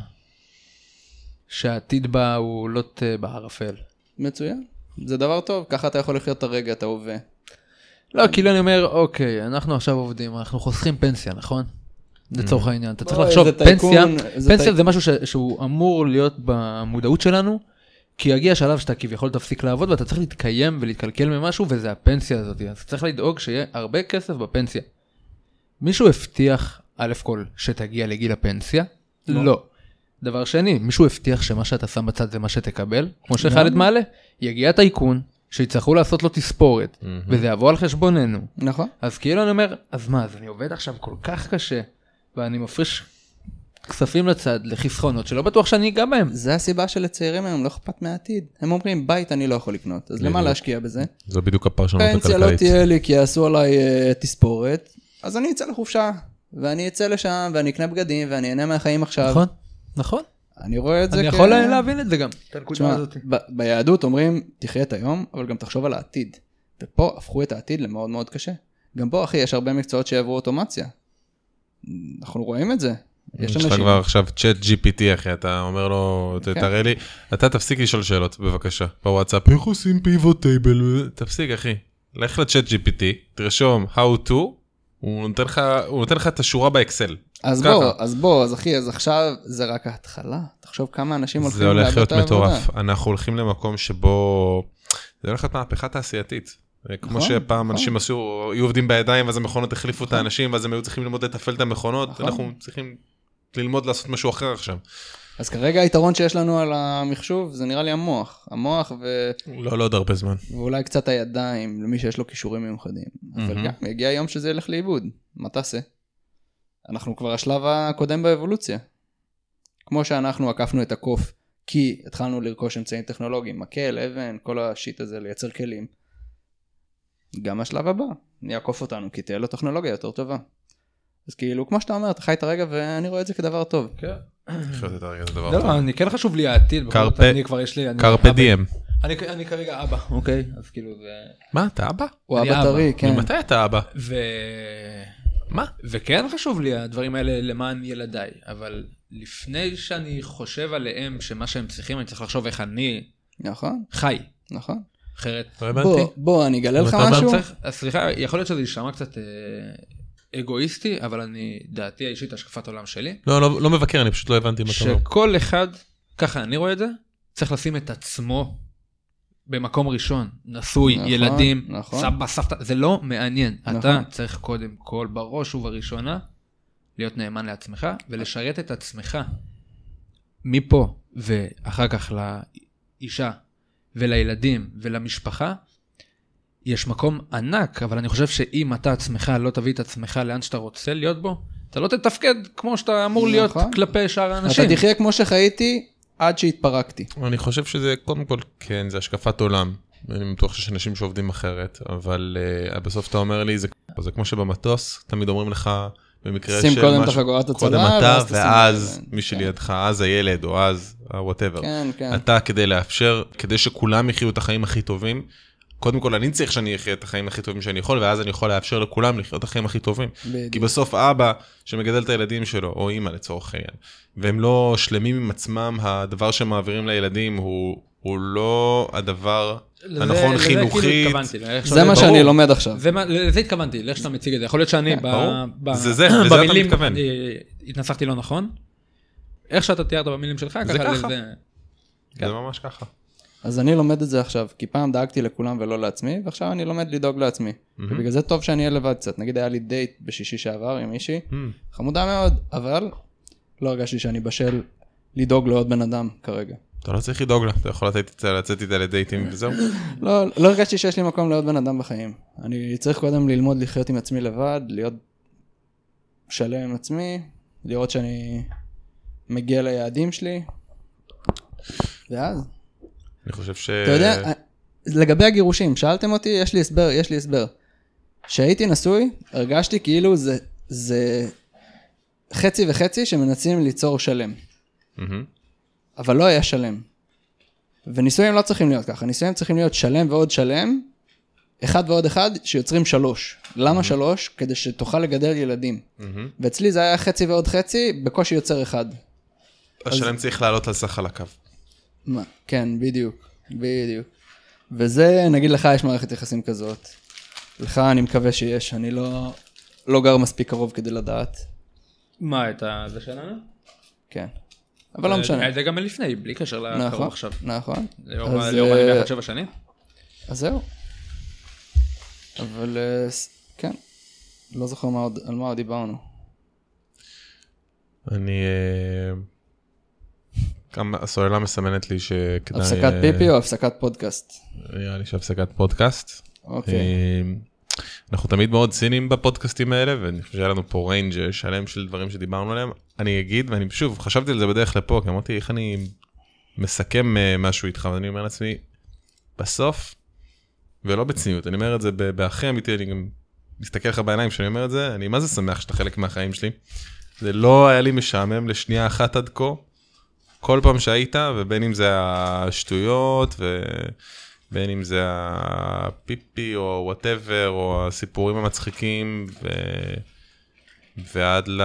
שהעתיד בה הוא לוט בערפל. מצוין, זה דבר טוב, ככה אתה יכול לחיות את הרגע, את ההווה. לא, כאילו אני אומר, אוקיי, אנחנו עכשיו עובדים, אנחנו חוסכים פנסיה, נכון? לצורך העניין, אתה צריך לחשוב, פנסיה, פנסיה זה משהו שהוא אמור להיות במודעות שלנו, כי יגיע שלב שאתה כביכול תפסיק לעבוד, ואתה צריך להתקיים ולהתקלקל ממשהו, וזה הפנסיה הזאת. אז צריך לדאוג שיהיה הרבה כסף בפנסיה. מישהו הבטיח, א' כל, שתגיע לגיל הפנסיה? לא. דבר שני, מישהו הבטיח שמה שאתה שם בצד זה מה שתקבל, כמו שחלד מעלה, יגיע את העיקון, שיצטרכו לעשות לו תספורת, וזה יבוא על חשבוננו. נכון. אז כאילו אני אומר, אז מה, אז אני עובד עכשיו כל כך קשה, ואני מפריש כספים לצד, לחסכונות, שלא בטוח שאני אגע בהם. זה הסיבה שלצעירים היום לא אכפת מהעתיד. הם אומרים, בית אני לא יכול לקנות, אז למה להשקיע בזה? זו בדיוק הפרשנות הכלכלית. פנסיה לא תהיה לי, כי יעשו עליי תספורת, אז אני אצא לחופשה, ואני אצא לשם, ואני אקנה בגדים, ואני אהנה מהחיים עכשיו. נכון, נכון. אני רואה את זה אני יכול להבין את זה גם. ביהדות אומרים, תחיה את היום, אבל גם תחשוב על העתיד. ופה הפכו את העתיד למאוד מאוד קשה. גם פה, אחי, יש הרבה מקצועות שיעברו אוטומציה. אנחנו רואים את זה. יש לך כבר עכשיו צ'אט ג'י פי טי, אחי, אתה אומר לו, תראה לי, אתה תפסיק לשאול שאלות, בבקשה, בוואטסאפ, איך עושים פיבוט טייבל? תפסיק, אחי. לך לצ'אט ג'י פי טי, תרשום how to, הוא נותן לך, הוא נותן לך את השורה באקסל. אז בוא, אז בוא, אז אחי, אז עכשיו זה רק ההתחלה. תחשוב כמה אנשים הולכים לעבוד את העבודה. זה הולך להיות מטורף. אנחנו הולכים למקום שבו, זה הולך להיות מהפכה תעשייתית. כמו שפעם אנשים עשו, היו עובדים בידיים, ואז המכונות החליפו את האנשים, ואז הם היו צריכים ללמוד לתפעל את המכונות, אנחנו צריכים ללמוד לעשות משהו אחר עכשיו. אז כרגע היתרון שיש לנו על המחשוב, זה נראה לי המוח. המוח ו... לא, לא עוד הרבה זמן. ואולי קצת הידיים, למי שיש לו כישורים מיוחדים. אבל גם, יגיע היום שזה ילך לאיבוד. מה תעשה? אנחנו כבר השלב הקודם באבולוציה. כמו שאנחנו עקפנו את הקוף, כי התחלנו לרכוש אמצעים טכנולוגיים, מקל, אבן, כל השיט הזה, לייצר כלים. גם השלב הבא, יעקוף אותנו, כי תהיה לו טכנולוגיה יותר טובה. אז כאילו, כמו שאתה אומר, אתה חי את הרגע, ואני רואה את זה כדבר טוב. כן. חיות את הרגע, זה דבר טוב. לא, אני כן חשוב לי העתיד. קרפה דיאם. אני כרגע אבא, אוקיי? אז כאילו זה... מה, אתה אבא? הוא אבא טרי, כן. ממתי אתה אבא? ו... מה? וכן חשוב לי הדברים האלה למען ילדיי, אבל לפני שאני חושב עליהם שמה שהם צריכים, אני צריך לחשוב איך אני נכון. חי. נכון. אחרת. בוא, בוא, אני אגלה לך משהו. סליחה, יכול להיות שזה יישמע קצת אגואיסטי, אבל אני, דעתי האישית, השקפת עולם שלי. לא, לא, לא מבקר, אני פשוט לא הבנתי מה אתה אומר. שכל אחד, ככה אני רואה את זה, צריך לשים את עצמו במקום ראשון, נשוי, נכון, ילדים, נכון. סבא, סבתא, זה לא מעניין. נכון. אתה צריך קודם כל, בראש ובראשונה, להיות נאמן לעצמך, ולשרת את עצמך מפה, ואחר כך לאישה, ולילדים, ולמשפחה, יש מקום ענק, אבל אני חושב שאם אתה עצמך לא תביא את עצמך לאן שאתה רוצה להיות בו, אתה לא תתפקד כמו שאתה אמור נכון. להיות כלפי שאר האנשים. אתה תחיה כמו שחייתי, עד שהתפרקתי. אני חושב שזה, קודם כל, כן, זה השקפת עולם. אני בטוח שיש אנשים שעובדים אחרת, אבל uh, בסוף אתה אומר לי, זה, זה כמו שבמטוס, תמיד אומרים לך, במקרה של משהו, קודם את החגורת הצלה, קודם אתה, ואז מי שלידך, אז הילד, או אז whatever. כן, כן. אתה כדי לאפשר, כדי שכולם יחיו את החיים הכי טובים, קודם כל אני צריך שאני אחיה את החיים הכי טובים שאני יכול, ואז אני יכול לאפשר לכולם לחיות את החיים הכי טובים. בדיוק. כי בסוף אבא שמגדל את הילדים שלו, או אמא לצורך העניין, והם לא שלמים עם עצמם, הדבר שמעבירים לילדים הוא הוא לא הדבר הנכון חינוכית. זה מה שאני לומד עכשיו. לזה התכוונתי, לאיך שאתה מציג את זה. יכול להיות שאני זה זה, לזה אתה מתכוון. התנסחתי לא נכון. איך שאתה תיארת במילים שלך, זה ככה. זה ממש ככה. אז אני לומד את זה עכשיו, כי פעם דאגתי לכולם ולא לעצמי, ועכשיו אני לומד לדאוג לעצמי. ובגלל זה טוב שאני אהיה לבד קצת. נגיד היה לי דייט בשישי שעבר עם מישהי, חמודה מאוד, אבל לא הרגשתי שאני בשל לדאוג לעוד בן אדם כרגע. אתה לא צריך לדאוג לה, אתה יכול לצאת איתה לדייטים וזהו. לא, לא הרגשתי שיש לי מקום לעוד בן אדם בחיים. אני צריך קודם ללמוד לחיות עם עצמי לבד, להיות שלם עם עצמי, לראות שאני מגיע ליעדים שלי, ואז. אני חושב ש... אתה יודע, לגבי הגירושים, שאלתם אותי, יש לי הסבר, יש לי הסבר. כשהייתי נשוי, הרגשתי כאילו זה, זה חצי וחצי שמנסים ליצור שלם. אבל לא היה שלם. וניסויים לא צריכים להיות ככה, ניסויים צריכים להיות שלם ועוד שלם, אחד ועוד אחד שיוצרים שלוש. למה שלוש? כדי שתוכל לגדל ילדים. ואצלי זה היה חצי ועוד חצי, בקושי יוצר אחד. השלם צריך לעלות על סך על הקו. מה? כן, בדיוק, בדיוק. וזה, נגיד לך, יש מערכת יחסים כזאת. לך אני מקווה שיש, אני לא, לא גר מספיק קרוב כדי לדעת. מה, את זה שלנו? כן. אבל לא משנה. זה גם מלפני, בלי קשר לקרוב עכשיו. נכון. ליאור אני ביחד שבע שנים? אז זהו. אבל כן, לא זוכר על מה עוד דיברנו. אני... הסוללה מסמנת לי שכדאי... הפסקת פיפי או הפסקת פודקאסט? נראה לי שהפסקת פודקאסט. אוקיי. אנחנו תמיד מאוד ציניים בפודקאסטים האלה, ואני חושב שהיה לנו פה ריינג' שלם של דברים שדיברנו עליהם. אני אגיד, ואני שוב, חשבתי על זה בדרך לפה, כי אמרתי, איך אני מסכם משהו איתך, ואני אומר לעצמי, בסוף, ולא בצניעות, אני אומר את זה באחרי אמיתי, אני גם מסתכל לך בעיניים שאני אומר את זה, אני מה זה שמח שאתה חלק מהחיים שלי. זה לא היה לי משעמם לשנייה אחת עד כה, כל פעם שהיית, ובין אם זה השטויות, ובין אם זה הפיפי, או whatever, או הסיפורים המצחיקים, ו... ועד ל...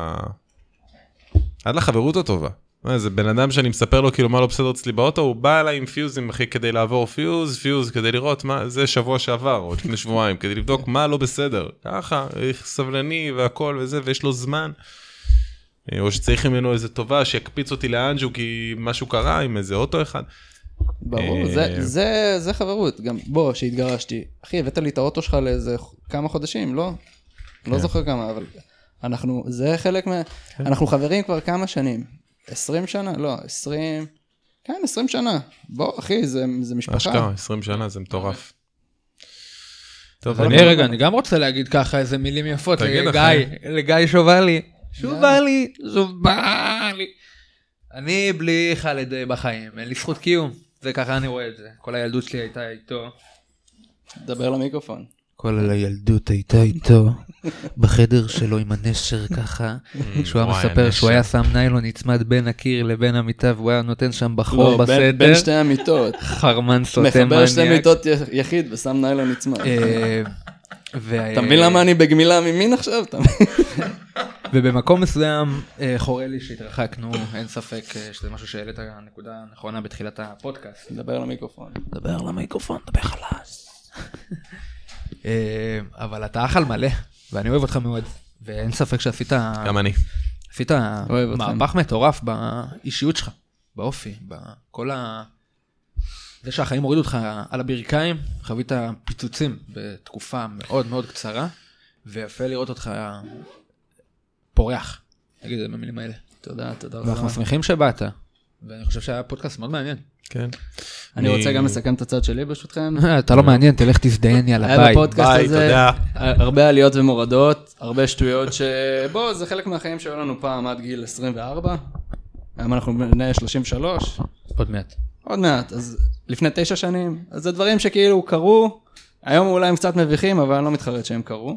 עד לחברות הטובה. זה בן אדם שאני מספר לו כאילו מה לא בסדר אצלי באוטו, הוא בא אליי עם פיוזים, אחי, כדי לעבור פיוז, פיוז, כדי לראות מה, זה שבוע שעבר, או לפני שבועיים, כדי לבדוק מה לא בסדר. ככה, סבלני והכל וזה, ויש לו זמן. או שצריך ממנו איזה טובה שיקפיץ אותי לאנג'ו כי משהו קרה עם איזה אוטו אחד. ברור, זה, זה, זה חברות. גם בוא, שהתגרשתי. אחי, הבאת לי את האוטו שלך לאיזה כמה חודשים, לא? לא זוכר כמה, אבל אנחנו, זה חלק מה... אנחנו חברים כבר כמה שנים. עשרים שנה? לא, עשרים... כן, עשרים שנה. בוא, אחי, זה, זה משפחה. אשכרה, עשרים שנה, זה מטורף. טוב, אני רגע, אני גם רוצה להגיד ככה איזה מילים יפות לגיא, לגיא שובל שובה לי, שובה לי. אני בלי חלד בחיים, אין לי זכות קיום. זה ככה אני רואה את זה. כל הילדות שלי הייתה איתו. דבר למיקרופון. כל הילדות הייתה איתו, בחדר שלו עם הנשר ככה, שהוא היה מספר שהוא היה שם ניילון נצמד בין הקיר לבין המיטה, והוא היה נותן שם בחור בסדר. בין שתי המיטות. חרמן סוטה מניאק. מחבר שתי מיטות יחיד ושם ניילון נצמד. אתה מבין למה אני בגמילה ממין עכשיו? ובמקום מסוים חורה לי שהתרחקנו, אין ספק שזה משהו שהעלית הנקודה הנכונה בתחילת הפודקאסט. דבר למיקרופון. דבר למיקרופון, דבר חלש. אבל אתה אכל מלא, ואני אוהב אותך מאוד, ואין ספק שעשית... גם אני. עשית מהפך מטורף באישיות שלך, באופי, בכל ה... זה שהחיים הורידו אותך על הברכיים, חווית פיצוצים בתקופה מאוד מאוד קצרה, ויפה לראות אותך פורח, נגיד את זה במילים האלה. תודה, תודה. ואנחנו שמחים שבאת, ואני חושב שהיה פודקאסט מאוד מעניין. כן. אני רוצה גם לסכם את הצד שלי ברשותכם. אתה לא מעניין, תלך תזדיין על הבית. היה בפודקאסט הזה הרבה עליות ומורדות, הרבה שטויות שבוא, זה חלק מהחיים שהיו לנו פעם עד גיל עשרים וארבע. היום אנחנו בני שלושים ושלוש. עוד מעט. עוד מעט, אז לפני תשע שנים. אז זה דברים שכאילו קרו, היום אולי הם קצת מביכים, אבל אני לא מתחרט שהם קרו.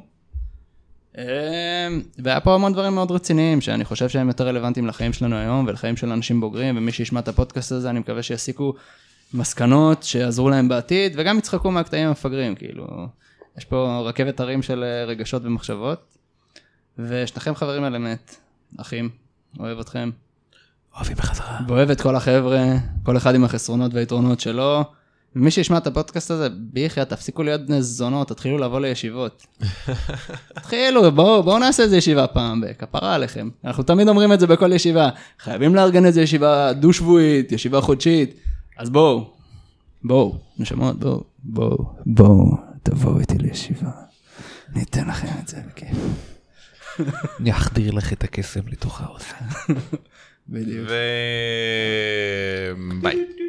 והיה פה המון דברים מאוד רציניים, שאני חושב שהם יותר רלוונטיים לחיים שלנו היום, ולחיים של אנשים בוגרים, ומי שישמע את הפודקאסט הזה, אני מקווה שיסיקו מסקנות שיעזרו להם בעתיד, וגם יצחקו מהקטעים המפגרים, כאילו, יש פה רכבת הרים של רגשות ומחשבות, ושתכם חברים על אמת, אחים, אוהב אתכם. אוהבים בחזרה. ואוהב את כל החבר'ה, כל אחד עם החסרונות והיתרונות שלו. ומי שישמע את הפודקאסט הזה, ביחיה, תפסיקו להיות בני זונות, תתחילו לבוא לישיבות. תתחילו, בואו, בואו נעשה איזה ישיבה פעם, בכפרה עליכם. אנחנו תמיד אומרים את זה בכל ישיבה. חייבים לארגן איזה ישיבה דו-שבועית, ישיבה חודשית. אז בואו, בואו, נשמות, בואו, בואו, בואו, תבואו איתי לישיבה. ניתן לכם את זה בכיף. אני אחדיר לך את הקסם לתוך האוזן. בדיוק. וביי.